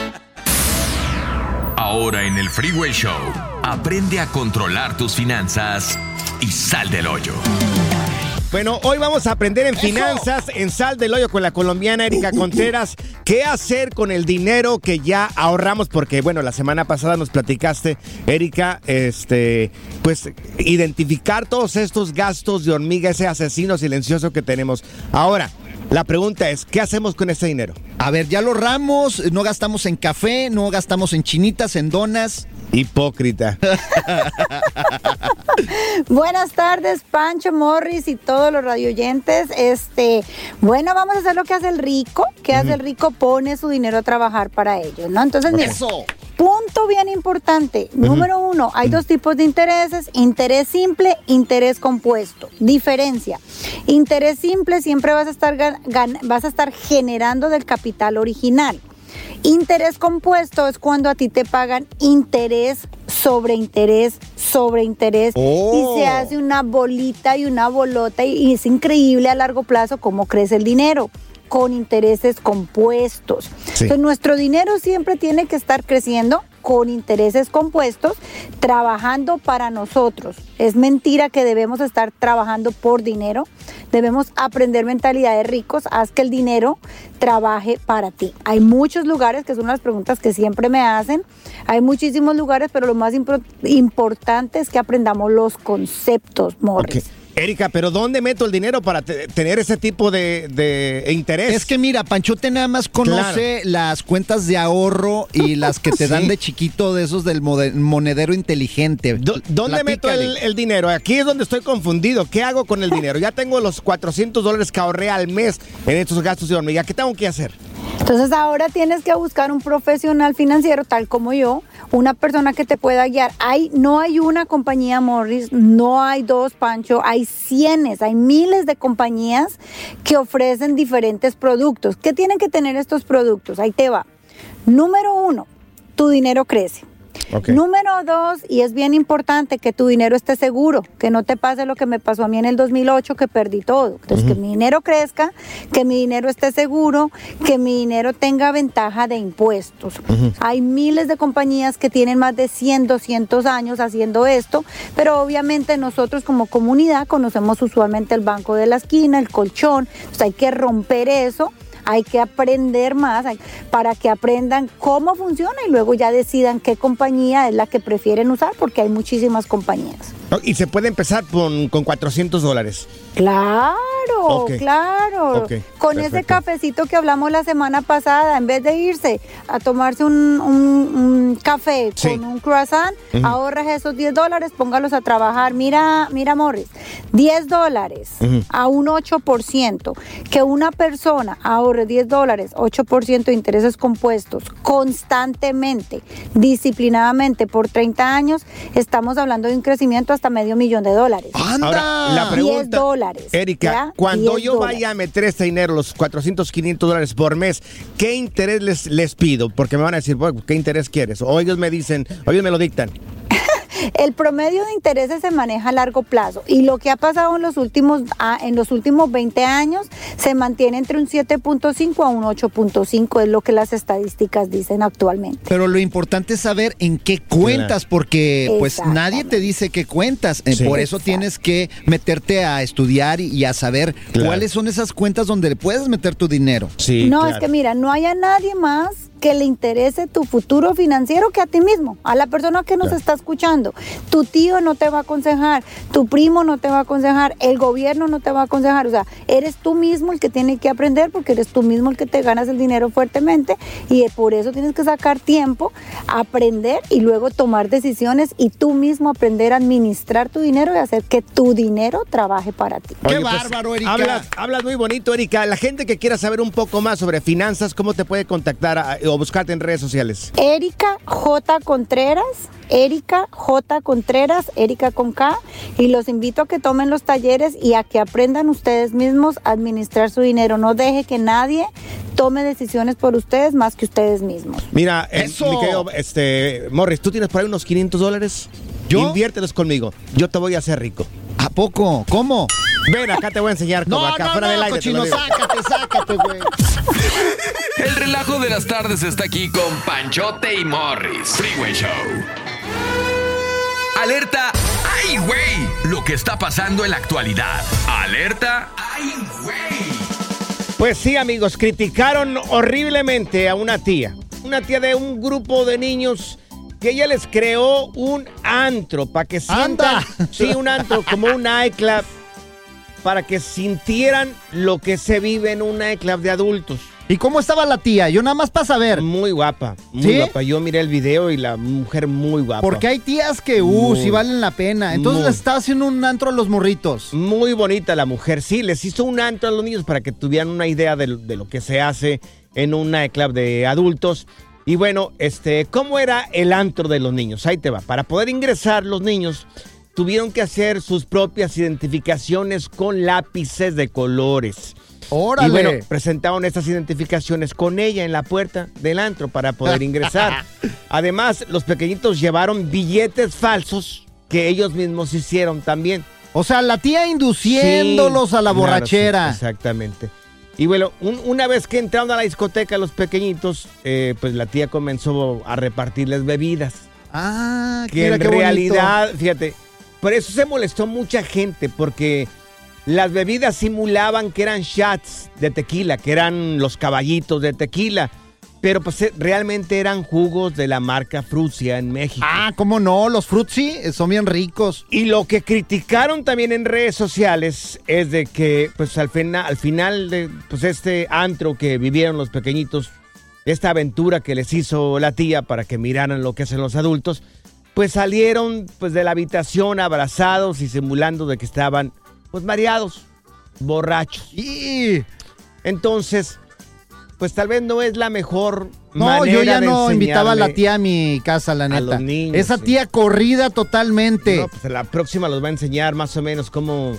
Ahora en el Freeway Show, aprende a controlar tus finanzas y sal del hoyo. Bueno, hoy vamos a aprender en ¡Eso! finanzas, en Sal del Hoyo con la colombiana Erika Contreras, qué hacer con el dinero que ya ahorramos, porque bueno, la semana pasada nos platicaste, Erika, este, pues identificar todos estos gastos de hormiga, ese asesino silencioso que tenemos. Ahora, la pregunta es, ¿qué hacemos con ese dinero? A ver, ya lo ahorramos, no gastamos en café, no gastamos en chinitas, en donas. Hipócrita. Buenas tardes, Pancho, Morris y todos los radioyentes. Este, bueno, vamos a hacer lo que hace el rico. ¿Qué hace el rico? Pone su dinero a trabajar para ellos, ¿no? Entonces, mira, Eso. punto bien importante. Número uno, hay dos tipos de intereses: interés simple, interés compuesto. Diferencia: interés simple siempre vas a estar gan- gan- vas a estar generando del capital original. Interés compuesto es cuando a ti te pagan interés sobre interés sobre interés Oh. y se hace una bolita y una bolota y, y es increíble a largo plazo cómo crece el dinero con intereses compuestos. Sí. Entonces nuestro dinero siempre tiene que estar creciendo con intereses compuestos, trabajando para nosotros. Es mentira que debemos estar trabajando por dinero. Debemos aprender mentalidad de ricos. Haz que el dinero trabaje para ti. Hay muchos lugares, que son las preguntas que siempre me hacen. Hay muchísimos lugares, pero lo más impor- importante es que aprendamos los conceptos, Morris. Okay. Erika, ¿pero dónde meto el dinero para te- tener ese tipo de, de interés? Es que mira, Panchote nada más conoce Claro. las cuentas de ahorro y las que te Sí. dan de chiquito de esos del mode- monedero inteligente. Do- ¿Dónde meto el, el dinero? Aquí es donde estoy confundido. ¿Qué hago con el dinero? Ya tengo los cuatrocientos dólares que ahorré al mes en estos gastos de hormiga. ¿Qué tengo que hacer? Entonces ahora tienes que buscar un profesional financiero tal como yo, una persona que te pueda guiar. Hay, no hay una compañía, Morris, no hay dos, Pancho, hay cientos, hay miles de compañías que ofrecen diferentes productos. ¿Qué tienen que tener estos productos? Ahí te va. Número uno, tu dinero crece. Okay. Número dos, y es bien importante que tu dinero esté seguro, que no te pase lo que me pasó a mí en el dos mil ocho, que perdí todo. Entonces, uh-huh. que mi dinero crezca, que mi dinero esté seguro, que mi dinero tenga ventaja de impuestos. Uh-huh. Hay miles de compañías que tienen más de cien, doscientos años haciendo esto, pero obviamente nosotros como comunidad conocemos usualmente el banco de la esquina, el colchón, entonces hay que romper eso. hay que aprender más hay, para que aprendan cómo funciona y luego ya decidan qué compañía es la que prefieren usar, porque hay muchísimas compañías. Y se puede empezar con, con cuatrocientos dólares. Claro, okay. claro. Okay. Con Perfecto. ese cafecito que hablamos la semana pasada, en vez de irse a tomarse un, un, un café sí. con un croissant, uh-huh. ahorras esos diez dólares, póngalos a trabajar. Mira, mira, Morris, diez dólares uh-huh. a un ocho por ciento. Que una persona ahorre diez dólares, ocho por ciento de intereses compuestos constantemente, disciplinadamente por treinta años, estamos hablando de un crecimiento hasta medio millón de dólares. ¡Anda! Ahora, la pregunta, diez dólares. Erika, ¿ya? cuando diez yo dólares. vaya a meter este dinero, los cuatrocientos, quinientos dólares por mes, ¿qué interés les, les pido? Porque me van a decir, bueno, ¿qué interés quieres? O ellos me dicen, o ellos me lo dictan. El promedio de intereses se maneja a largo plazo y lo que ha pasado en los últimos en los últimos veinte años se mantiene entre un siete punto cinco a un ocho punto cinco, es lo que las estadísticas dicen actualmente. Pero lo importante es saber en qué cuentas, porque pues nadie te dice qué cuentas, sí. Por eso Exacto. tienes que meterte a estudiar y a saber claro. cuáles son esas cuentas donde puedes meter tu dinero. Sí, no, claro. es que mira, no haya nadie más que le interese tu futuro financiero que a ti mismo, a la persona que nos claro. está escuchando. Tu tío no te va a aconsejar, tu primo no te va a aconsejar, el gobierno no te va a aconsejar, o sea, eres tú mismo el que tiene que aprender, porque eres tú mismo el que te ganas el dinero fuertemente, y por eso tienes que sacar tiempo, aprender y luego tomar decisiones y tú mismo aprender a administrar tu dinero y hacer que tu dinero trabaje para ti. ¡Qué Oye, pues, bárbaro, Erika! Hablas, hablas muy bonito, Erika. La gente que quiera saber un poco más sobre finanzas, ¿cómo te puede contactar a, o buscarte en redes sociales? Erika J. Contreras, Erika J. Contreras, Erika con K, y los invito a que tomen los talleres y a que aprendan ustedes mismos a administrar su dinero. No deje que nadie tome decisiones por ustedes más que ustedes mismos. Mira, eh, mi querido, este, Morris, ¿tú tienes por ahí unos quinientos dólares? ¿Yo? Inviértelos conmigo. Yo te voy a hacer rico. ¿A poco? ¿Cómo? Ven, acá te voy a enseñar cómo. No, acá no, fuera no, del aire. cochino, sácate, sácate, güey. El relajo de las tardes está aquí con Panchote y Morris. Freeway Show. Alerta, ¡ay, güey! Lo que está pasando en la actualidad. Alerta, ¡ay, güey! Pues sí, amigos, criticaron horriblemente a una tía. Una tía de un grupo de niños que ella les creó un antro para que sientan... ¡Anda! Sí, un antro, como un nightclub, para que sintieran lo que se vive en un nightclub de adultos. ¿Y cómo estaba la tía? Yo nada más para saber. Muy guapa, muy ¿Sí? guapa. Yo miré el video y la mujer muy guapa. Porque hay tías que, uh, sí valen la pena. Entonces les estaba haciendo un antro a los morritos. Muy bonita la mujer, sí. Les hizo un antro a los niños para que tuvieran una idea de, de lo que se hace en un nightclub de adultos. Y bueno, este, ¿cómo era el antro de los niños? Ahí te va. Para poder ingresar los niños tuvieron que hacer sus propias identificaciones con lápices de colores. ¡Órale! Y bueno, presentaron estas identificaciones con ella en la puerta del antro para poder ingresar. Además, los pequeñitos llevaron billetes falsos que ellos mismos hicieron también. O sea, la tía induciéndolos sí, a la claro, borrachera. Sí, exactamente. Y bueno, un, una vez que entraron a la discoteca los pequeñitos, eh, pues la tía comenzó a repartirles bebidas. Ah, que mira, en qué realidad, bonito. Fíjate, por eso se molestó mucha gente, porque las bebidas simulaban que eran shots de tequila, que eran los caballitos de tequila, pero pues realmente eran jugos de la marca Frusia en México. Ah, ¿cómo no? Los Frutzi son bien ricos. Y lo que criticaron también en redes sociales es de que pues al, fina, al final de pues este antro que vivieron los pequeñitos, esta aventura que les hizo la tía para que miraran lo que hacen los adultos, pues salieron pues de la habitación abrazados y simulando de que estaban pues mareados, borrachos. Y entonces, pues tal vez no es la mejor no, manera yo ya de no invitaba a la enseñarle tía a mi casa, la neta. a los niños, Esa sí. tía corrida totalmente. No, pues la próxima los va a enseñar más o menos cómo,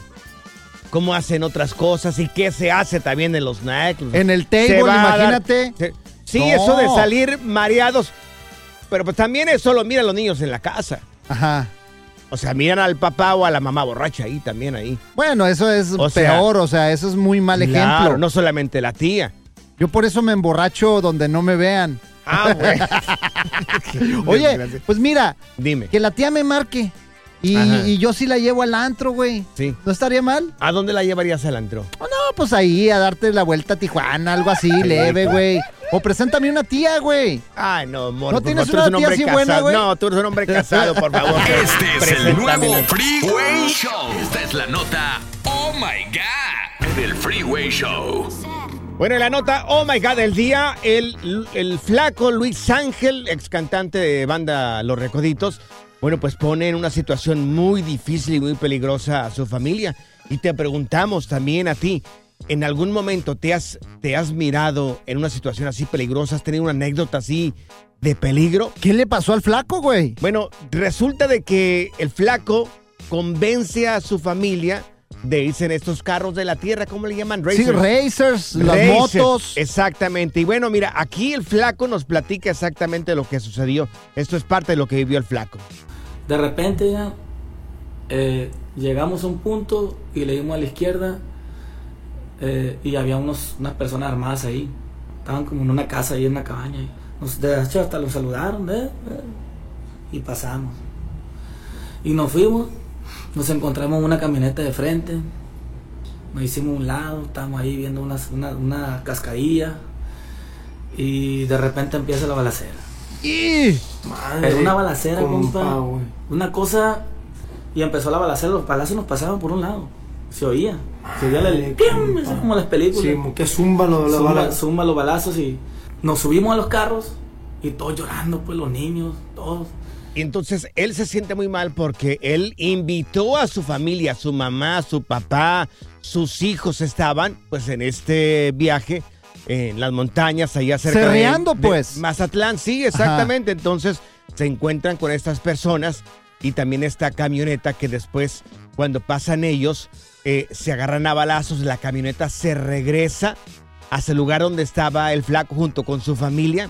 cómo hacen otras cosas y qué se hace también en los nightclubs. En el table, imagínate. Dar, sí, no. eso de salir mareados. Pero pues también eso lo miran los niños en la casa. Ajá. O sea, miran al papá o a la mamá borracha ahí también ahí. Bueno, eso es o peor, sea, o sea, eso es muy mal claro, ejemplo. No solamente la tía. Yo por eso me emborracho donde no me vean. Ah, bueno. Oye, pues mira, dime. Que la tía me marque y, y yo sí la llevo al antro, güey. Sí. ¿No estaría mal? ¿A dónde la llevarías al antro? Oh, no, pues ahí a darte la vuelta a Tijuana, algo así, leve, güey. O preséntame una tía, güey. Ay, no, amor. ¿No tienes tú eres una un tía hombre así casado. buena, güey? No, tú eres un hombre casado, por favor. Este es el nuevo Preséntamela. Freeway Show. Esta es la nota Oh My God del Freeway Show. Bueno, en la nota Oh My God del día, el, el flaco Luis Ángel, ex cantante de banda Los Recoditos, bueno, pues pone en una situación muy difícil y muy peligrosa a su familia. Y te preguntamos también a ti, ¿en algún momento te has, te has mirado en una situación así peligrosa? ¿Has tenido una anécdota así de peligro? ¿Qué le pasó al flaco, güey? Bueno, resulta de que el flaco convence a su familia de irse en estos carros de la tierra, ¿cómo le llaman? Racers. Sí, racers, las Racers, motos. Exactamente. Y bueno, mira, aquí el flaco nos platica exactamente lo que sucedió. Esto es parte de lo que vivió el flaco. De repente ya eh, llegamos a un punto y le dimos a la izquierda eh, y había unos, unas personas armadas ahí. Estaban como en una casa ahí, en una cabaña. Y nos, de hecho, hasta los saludaron eh, eh, y pasamos. Y nos fuimos. Nos encontramos una camioneta de frente, nos hicimos un lado, estábamos ahí viendo una, una, una cascadilla y de repente empieza la balacera. ¡Y! Madre, Pero una balacera, compa, compa una cosa, y empezó la balacera, los balazos nos pasaban por un lado, se oía, se oía el ¡pium! Eso como las películas. Sí, que zumba los, los balazos. Zumba los balazos y nos subimos a los carros y todos llorando, pues los niños, todos. Y entonces él se siente muy mal porque él invitó a su familia, su mamá, su papá, sus hijos estaban pues en este viaje en las montañas allá cerca Cerreando, de, pues. de Mazatlán. Sí, exactamente. Ajá. Entonces se encuentran con estas personas y también esta camioneta que después cuando pasan ellos eh, se agarran a balazos, la camioneta se regresa hacia el lugar donde estaba el flaco junto con su familia.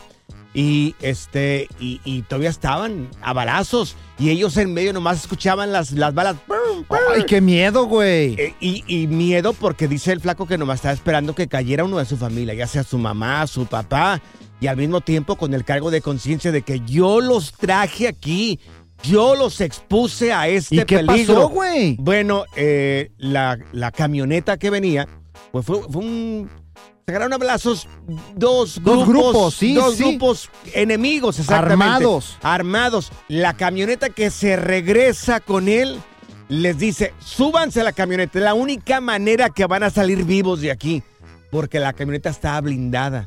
Y este y, y todavía estaban a balazos y ellos en medio nomás escuchaban las, las balas. ¡Ay, qué miedo, güey! Eh, y, y miedo porque dice el flaco que nomás estaba esperando que cayera uno de su familia, ya sea su mamá, su papá, y al mismo tiempo con el cargo de conciencia de que yo los traje aquí, yo los expuse a este ¿Y qué peligro. pasó, güey? Bueno, eh, la, la camioneta que venía, pues fue, fue un... Se agarraron a balazos dos grupos, dos grupos, sí, dos sí. grupos enemigos, exactamente. Armados. Armados. La camioneta que se regresa con él les dice, súbanse a la camioneta. Es la única manera que van a salir vivos de aquí. Porque la camioneta estaba blindada.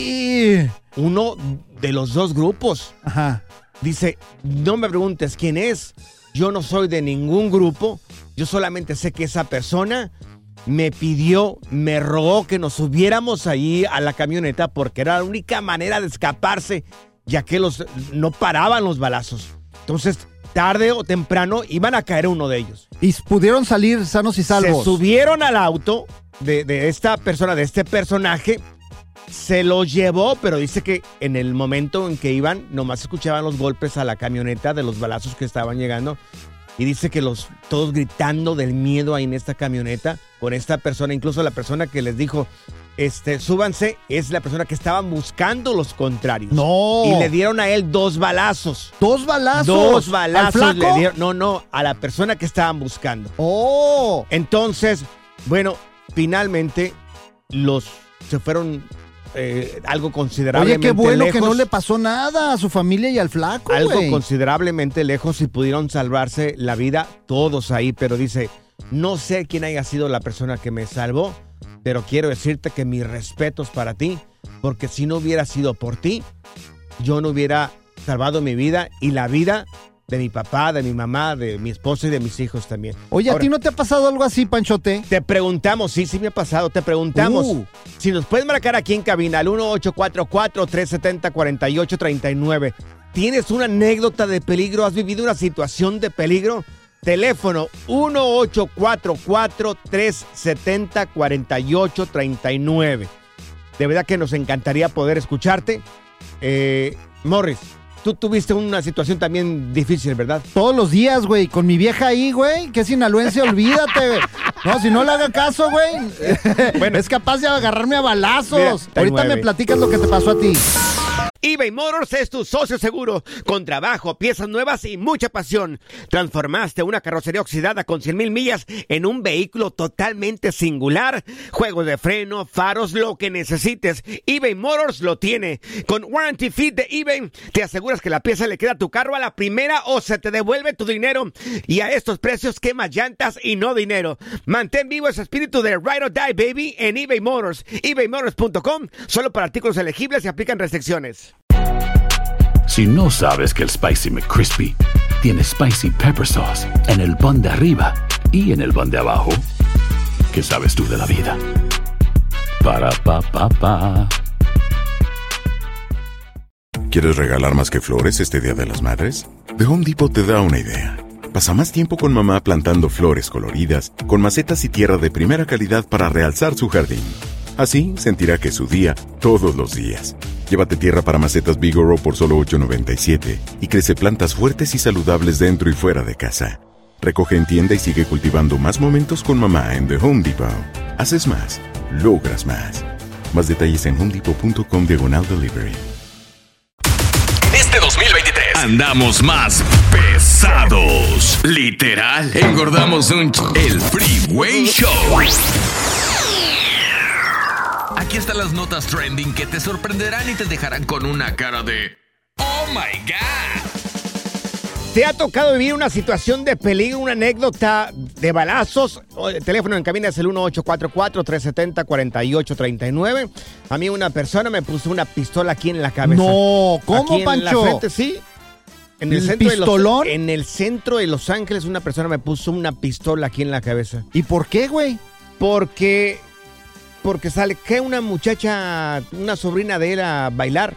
Y uno de los dos grupos Ajá. dice, no me preguntes quién es. Yo no soy de ningún grupo. Yo solamente sé que esa persona me pidió, me rogó que nos subiéramos ahí a la camioneta porque era la única manera de escaparse, ya que los, no paraban los balazos. Entonces, tarde o temprano iban a caer uno de ellos. Y pudieron salir sanos y salvos. Se subieron al auto de, de esta persona, de este personaje, se lo llevó, pero dice que en el momento en que iban, nomás escuchaban los golpes a la camioneta de los balazos que estaban llegando. Y dice que los todos gritando del miedo ahí en esta camioneta con esta persona, incluso la persona que les dijo, este, súbanse, es la persona que estaban buscando los contrarios. No. Y le dieron a él dos balazos. ¿Dos balazos? Dos balazos ¿Al flaco? le dieron. No, no, a la persona que estaban buscando. Oh. Entonces, bueno, finalmente los se fueron eh, algo considerablemente lejos. Oye, qué bueno lejos. que no le pasó nada a su familia y al flaco, Algo güey. considerablemente lejos y pudieron salvarse la vida todos ahí, pero dice, no sé quién haya sido la persona que me salvó, pero quiero decirte que mis respetos para ti, porque si no hubiera sido por ti, yo no hubiera salvado mi vida y la vida de mi papá, de mi mamá, de mi esposa y de mis hijos también. Oye, ¿a Ahora, ti no te ha pasado algo así, Panchote? te preguntamos, sí, sí me ha pasado, te preguntamos Uh. si nos puedes marcar aquí en cabina al uno ocho cuatro cuatro, tres siete cero, cuatro ocho tres nueve. ¿Tienes una anécdota de peligro? ¿Has vivido una situación de peligro? Teléfono uno ocho cuatro cuatro, tres siete cero, cuatro ocho tres nueve. De verdad que nos encantaría poder escucharte. Eh, Morris, tú tuviste una situación también difícil, ¿verdad? Todos los días, güey, con mi vieja ahí, güey, que es sinaloense, olvídate, güey. No, si no le haga caso, güey, bueno, es capaz de agarrarme a balazos. Mira, Ahorita nueve. me platicas lo que te pasó a ti. eBay Motors es tu socio seguro. Con trabajo, piezas nuevas y mucha pasión. Transformaste una carrocería oxidada con cien mil millas en un vehículo totalmente singular. Juegos de freno, faros, lo que necesites, eBay Motors lo tiene. Con Warranty Fit de eBay, te aseguras que la pieza le queda a tu carro a la primera o se te devuelve tu dinero. Y a estos precios, quema llantas y no dinero. Mantén vivo ese espíritu de Ride or Die, baby, en eBay Motors. eBay Motors punto com, solo para artículos elegibles y aplican restricciones. Si no sabes que el Spicy McCrispy tiene Spicy Pepper Sauce en el pan de arriba y en el pan de abajo, ¿qué sabes tú de la vida? Para, pa, pa, pa. ¿Quieres regalar más que flores este Día de las Madres? The Home Depot te da una idea. Pasa más tiempo con mamá plantando flores coloridas, con macetas y tierra de primera calidad para realzar su jardín. Así sentirá que es su día todos los días. Llévate tierra para macetas Vigoro por solo ocho noventa y siete y crece plantas fuertes y saludables dentro y fuera de casa. Recoge en tienda y sigue cultivando más momentos con mamá en The Home Depot. Haces más, logras más. Más detalles en homedepot.com diagonal delivery. Este dos mil veintitrés andamos más pesados. Literal, engordamos un ch... El Freeway Show. Aquí están las notas trending que te sorprenderán y te dejarán con una cara de ¡Oh my God! ¿Te ha tocado vivir una situación de peligro, una anécdota de balazos? El teléfono en cabina es el uno ocho cuatro cuatro, tres siete cero, cuatro ocho tres nueve. A mí una persona me puso una pistola aquí en la cabeza. No, ¿cómo, aquí Pancho? En la frente, sí. En el, ¿El centro pistolón? De los, en el centro de Los Ángeles una persona me puso una pistola aquí en la cabeza. ¿Y por qué, güey? Porque... Porque sale que una muchacha, una sobrina de él a bailar.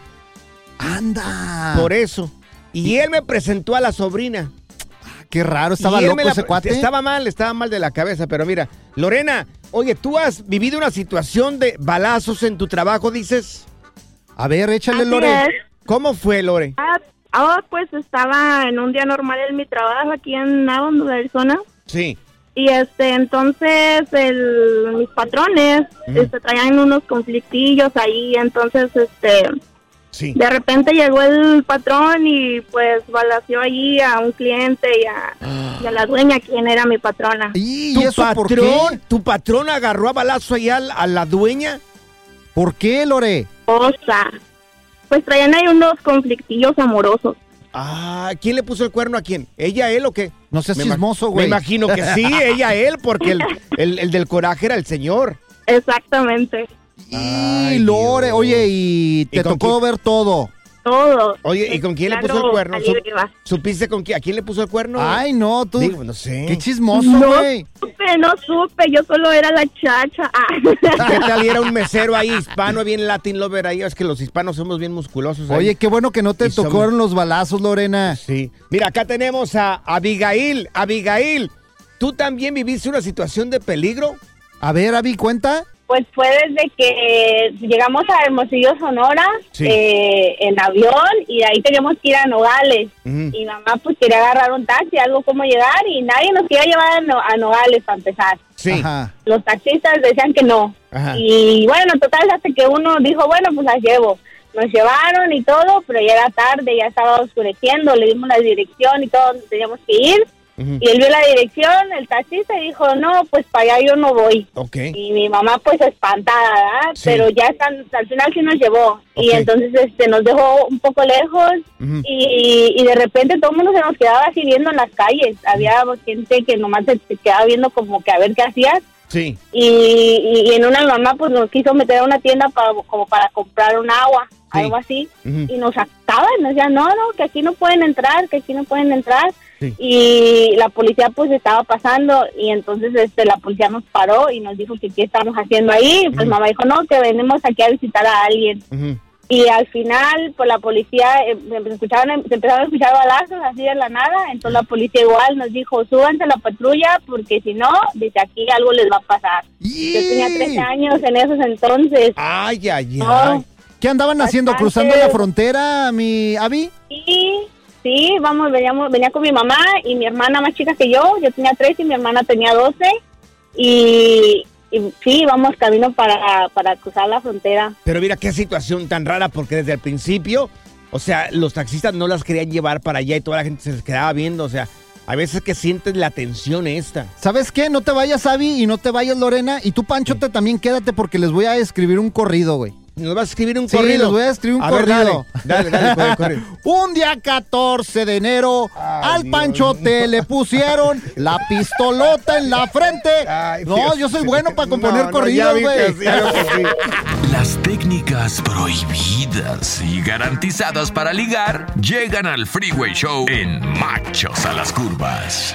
¡Anda! Por eso. Y él me presentó a la sobrina. Ah, qué raro, estaba loco la, ese cuate. Estaba mal, estaba mal de la cabeza, pero mira. Lorena, oye, ¿tú has vivido una situación de balazos en tu trabajo, dices? A ver, échale, Así Lore. es. ¿Cómo fue, Lore? Ah, oh, pues estaba en un día normal en mi trabajo aquí en Avon, Arizona. Sí. Y este, entonces, el, mis patrones, Mm. este, traían unos conflictillos ahí, entonces, este, sí. de repente llegó el patrón y, pues, balaceó allí a un cliente y a, Ah. y a la dueña, quien era mi patrona. ¿Y ¿Tu eso por patrón, qué? tu patrón agarró a balazo allá a, a la dueña? ¿Por qué, Lore? O sea, pues traían ahí unos conflictillos amorosos. Ah, ¿quién le puso el cuerno a quién? ¿Ella, él o qué? No seas Me ima- chismoso, güey. Me imagino que sí, ella, él, porque el, el, el del coraje era el señor. Exactamente. Y Lore, oye, y te ¿Y con tocó ver todo. Todo. Oye, ¿y con quién le puso el Claro, cuerno? ahí ¿Sup- iba. ¿Supiste con quién? ¿A quién le puso el cuerno? Ay, no, tú. Digo, no sé. Qué chismoso, No güey. supe, no supe, yo solo era la chacha. Ah. ¿Qué tal? Y era un mesero ahí hispano, bien Latin lover ahí. Es que los hispanos somos bien musculosos ahí. Oye, qué bueno que no te Y somos- tocaron los balazos, Lorena. Sí. Mira, acá tenemos a Abigail. Abigail, ¿tú también viviste una situación de peligro? A ver, Abby, cuenta. Pues fue desde que llegamos a Hermosillo, Sonora, Sí. eh, en avión, y de ahí teníamos que ir a Nogales. Ujú. Y mamá pues quería agarrar un taxi, algo como llegar, y nadie nos quería llevar a, No- a Nogales para empezar. Sí. Ajá. Los taxistas decían que no. Ajá. Y bueno, total, hasta que uno dijo, bueno, pues las llevo. Nos llevaron y todo, pero ya era tarde, ya estaba oscureciendo, le dimos la dirección y todo donde teníamos que ir. Ujú. Y él vio la dirección, el taxista, y dijo, no, pues para allá yo no voy. Ok. Y mi mamá pues espantada, ¿verdad? Sí. Pero ya están, al final sí nos llevó. Y Ok. entonces este nos dejó un poco lejos. Ujú. y, y de repente todo el mundo se nos quedaba así viendo en las calles. Había gente que nomás se, se quedaba viendo como que a ver qué hacías. Sí. Y, y, y en una mamá pues nos quiso meter a una tienda para, como para comprar un agua, Sí. algo así. Ujú. Y nos sacaban, nos decían, no, no, que aquí no pueden entrar, que aquí no pueden entrar. Sí. Y la policía pues estaba pasando, y entonces este la policía nos paró y nos dijo que qué estábamos haciendo ahí. Pues Ujú. mamá dijo, no, que venimos aquí a visitar a alguien. Ujú. Y al final, pues la policía, eh, se, escucharon, se empezaron a escuchar balazos así de la nada. Entonces la policía igual nos dijo, súbanse a la patrulla, porque si no, desde aquí algo les va a pasar. Yo tenía trece años en esos entonces. Ay, ay, No. ay. ¿Qué andaban haciendo? Bastante. ¿Cruzando la frontera, mi Abby? Sí, sí, vamos, veníamos, venía con mi mamá y mi hermana más chica que yo. Yo tenía trece y mi hermana tenía doce. Y, y sí, vamos camino para, para cruzar la frontera. Pero mira qué situación tan rara, porque desde el principio, o sea, los taxistas no las querían llevar para allá y toda la gente se les quedaba viendo, o sea, hay veces que sientes la tensión esta. ¿Sabes qué? No te vayas, Abby, y no te vayas, Lorena, y tú, Panchote, también quédate porque les voy a escribir un corrido, güey. ¿Nos vas a escribir un sí, corrido? Sí, les voy a escribir un a corrido. Ver, dale, dale, dale, corre, corre. Un día catorce de enero, Ay, al Dios Panchote Dios. le pusieron la pistolota en la frente. Ay, no, Dios. yo soy bueno para componer no, corridos, güey. No, sí, Las técnicas prohibidas y garantizadas para ligar llegan al Freeway Show en Machos a las Curvas.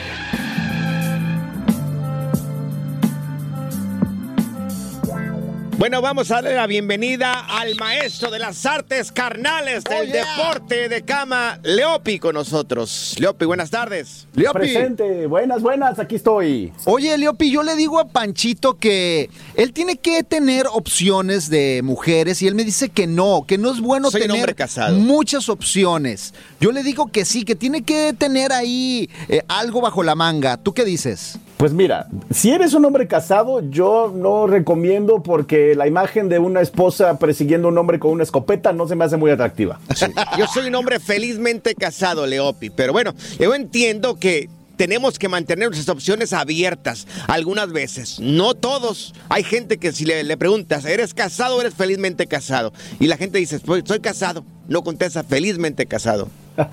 Bueno, vamos a darle la bienvenida al maestro de las artes carnales del oh, yeah. deporte de cama, Leopi, con nosotros. Leopi, buenas tardes. Leopi. Presente, buenas, buenas, aquí estoy. Oye, Leopi, yo le digo a Panchito que él tiene que tener opciones de mujeres y él me dice que no, que no es bueno Soy tener muchas opciones. Yo le digo que sí, que tiene que tener ahí eh, algo bajo la manga. ¿Tú qué dices? Pues mira, si eres un hombre casado, yo no recomiendo porque la imagen de una esposa persiguiendo a un hombre con una escopeta no se me hace muy atractiva. Sí. Yo soy un hombre felizmente casado, Leopi, pero bueno, yo entiendo que tenemos que mantener nuestras opciones abiertas algunas veces, no todos. Hay gente que si le, le preguntas, ¿eres casado o eres felizmente casado? Y la gente dice, soy, soy casado, no contesta felizmente casado.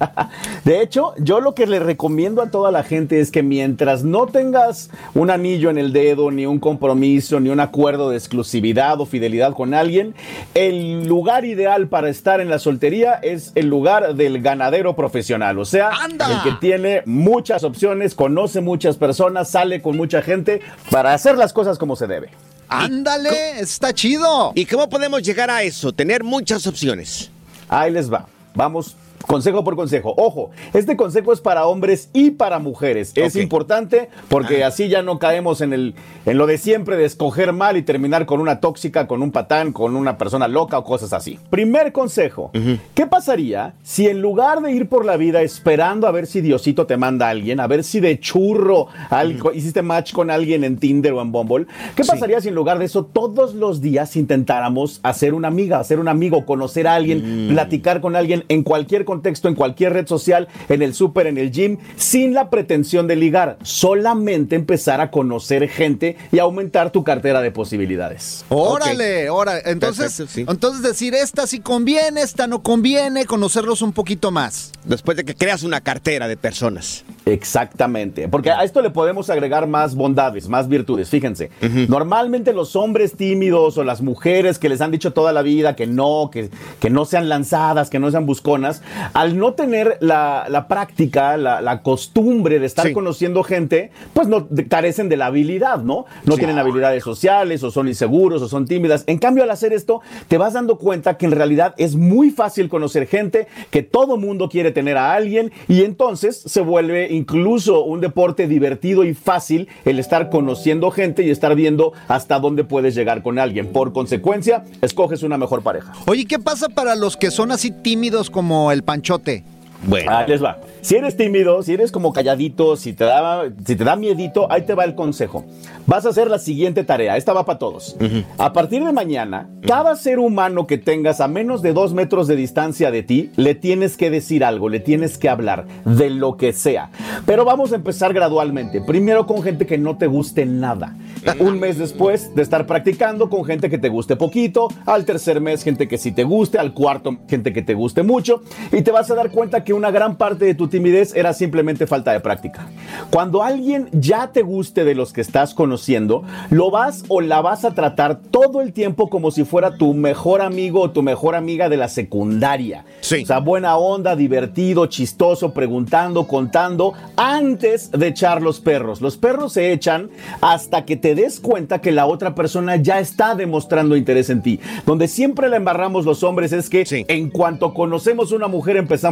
De hecho, yo lo que le recomiendo a toda la gente es que mientras no tengas un anillo en el dedo, ni un compromiso, ni un acuerdo de exclusividad o fidelidad con alguien, el lugar ideal para estar en la soltería es el lugar del ganadero profesional. O sea, ¡anda! El que tiene muchas opciones, conoce muchas personas, sale con mucha gente para hacer las cosas como se debe. ¡Ándale! ¡Está chido! ¿Y cómo podemos llegar a eso? Tener muchas opciones. Ahí les va. Vamos consejo por consejo. Ojo, este consejo es para hombres y para mujeres. Es okay. importante porque ah. así ya no caemos en el en lo de siempre de escoger mal y terminar con una tóxica, con un patán, con una persona loca o cosas así. Primer consejo. Uh-huh. ¿Qué pasaría si en lugar de ir por la vida esperando a ver si Diosito te manda a alguien, a ver si de churro algo, uh-huh. hiciste match con alguien en Tinder o en Bumble? ¿Qué sí. pasaría si en lugar de eso todos los días intentáramos hacer una amiga, hacer un amigo, conocer a alguien, mm. platicar con alguien en cualquier contexto, en cualquier red social, en el súper, en el gym, sin la pretensión de ligar, solamente empezar a conocer gente y aumentar tu cartera de posibilidades? Órale, okay. órale. Entonces, Perfecto, sí. entonces decir, esta sí conviene, esta no conviene, conocerlos un poquito más. Después de que creas una cartera de personas. Exactamente, porque a esto le podemos agregar más bondades, más virtudes. Fíjense, uh-huh. normalmente los hombres tímidos o las mujeres que les han dicho toda la vida que no, que, que no sean lanzadas, que no sean busconas, al no tener la, la práctica, la, la costumbre de estar sí. conociendo gente, pues no de, carecen de la habilidad, ¿no? No sí. tienen habilidades sociales, o son inseguros, o son tímidas. En cambio, al hacer esto, te vas dando cuenta que en realidad es muy fácil conocer gente, que todo mundo quiere tener a alguien, y entonces se vuelve incluso un deporte divertido y fácil el estar conociendo gente y estar viendo hasta dónde puedes llegar con alguien. Por consecuencia, escoges una mejor pareja. Oye, ¿qué pasa para los que son así tímidos como el Panchote? Bueno, ahí les va. Si eres tímido, si eres como calladito, si te da, si te da miedito, ahí te va el consejo. Vas a hacer la siguiente tarea. Esta va para todos. Uh-huh. A partir de mañana, uh-huh. cada ser humano que tengas a menos de dos metros de distancia de ti, le tienes que decir algo, le tienes que hablar de lo que sea. Pero vamos a empezar gradualmente. Primero con gente que no te guste nada. Un mes después de estar practicando con gente que te guste poquito. Al tercer mes, gente que sí te guste. Al cuarto, gente que te guste mucho. Y te vas a dar cuenta que una gran parte de tu timidez era simplemente falta de práctica. Cuando alguien ya te guste de los que estás conociendo, lo vas o la vas a tratar todo el tiempo como si fuera tu mejor amigo o tu mejor amiga de la secundaria. Sí. O sea, buena onda, divertido, chistoso, preguntando, contando, antes de echar los perros. Los perros se echan hasta que te des cuenta que la otra persona ya está demostrando interés en ti. Donde siempre la embarramos los hombres es que sí. en cuanto conocemos una mujer empezamos a tirar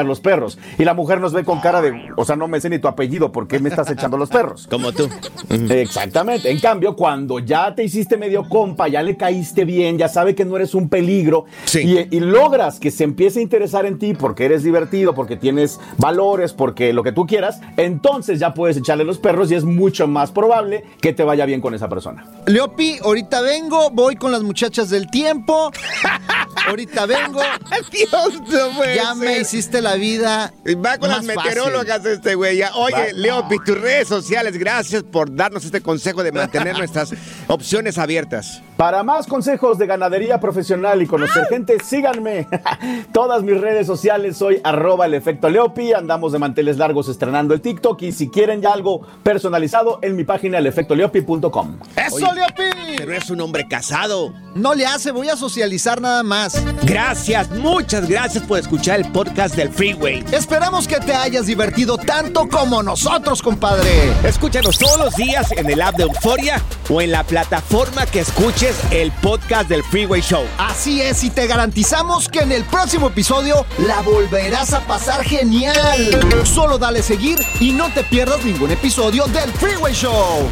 los perros. Y la mujer nos ve con cara de, o sea, no me sé ni tu apellido, ¿por qué me estás echando los perros? Como tú. Exactamente. En cambio, cuando ya te hiciste medio compa, ya le caíste bien, ya sabe que no eres un peligro, sí. y, y logras que se empiece a interesar en ti porque eres divertido, porque tienes valores, porque lo que tú quieras, entonces ya puedes echarle los perros y es mucho más probable que te vaya bien con esa persona. Leopi, ahorita vengo, voy con las muchachas del tiempo. Ahorita vengo. Dios, no puede ya ser. Me hiciste la vida. Va con más las meteorólogas fácil. este güey. Oye, Va. Leopi, tus redes sociales, gracias por darnos este consejo de mantener nuestras opciones abiertas. Para más consejos de ganadería profesional y conocer ¡Ah! gente, síganme. Todas mis redes sociales, soy arroba el efecto Leopi. Andamos de manteles largos estrenando el TikTok. Y si quieren ya algo personalizado, en mi página el efecto leopi punto com. ¡Eso, Oye, Leopi! Pero es un hombre casado. No le hace, voy a socializar nada más. Gracias, muchas gracias por escuchar el podcast del Freeway. Esperamos que te hayas divertido tanto como nosotros, compadre. Escúchanos todos los días en el app de Euforia o en la plataforma que escuches el podcast del Freeway Show. Así es, y te garantizamos que en el próximo episodio la volverás a pasar genial. Solo dale seguir y no te pierdas ningún episodio del Freeway Show.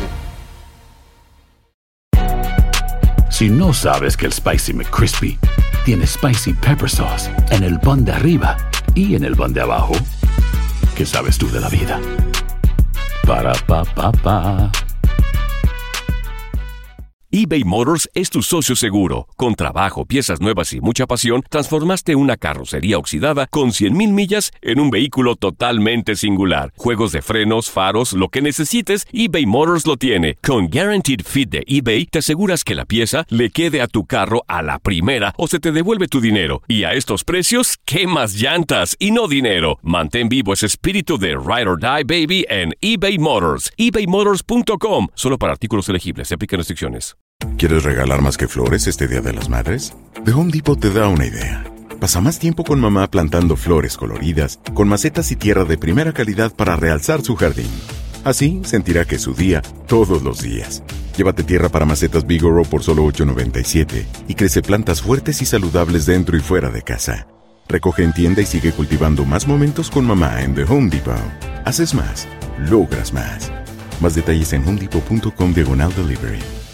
Si no sabes que el Spicy McCrispy tiene Spicy Pepper Sauce en el pan de arriba y en el pan de abajo, ¿qué sabes tú de la vida? Para, pa, pa, pa. eBay Motors es tu socio seguro. Con trabajo, piezas nuevas y mucha pasión, transformaste una carrocería oxidada con cien mil millas en un vehículo totalmente singular. Juegos de frenos, faros, lo que necesites, eBay Motors lo tiene. Con Guaranteed Fit de eBay, te aseguras que la pieza le quede a tu carro a la primera o se te devuelve tu dinero. Y a estos precios, ¿qué más llantas y no dinero? Mantén vivo ese espíritu de Ride or Die, baby, en eBay Motors. ebay motors punto com. Solo para artículos elegibles. Se aplican restricciones. ¿Quieres regalar más que flores este Día de las Madres? The Home Depot te da una idea. Pasa más tiempo con mamá plantando flores coloridas, con macetas y tierra de primera calidad para realzar su jardín. Así sentirá que es su día todos los días. Llévate tierra para macetas Bigoro por solo ocho noventa y siete y crece plantas fuertes y saludables dentro y fuera de casa. Recoge en tienda y sigue cultivando más momentos con mamá en The Home Depot. Haces más, logras más. Más detalles en homedepot punto com diagonal delivery.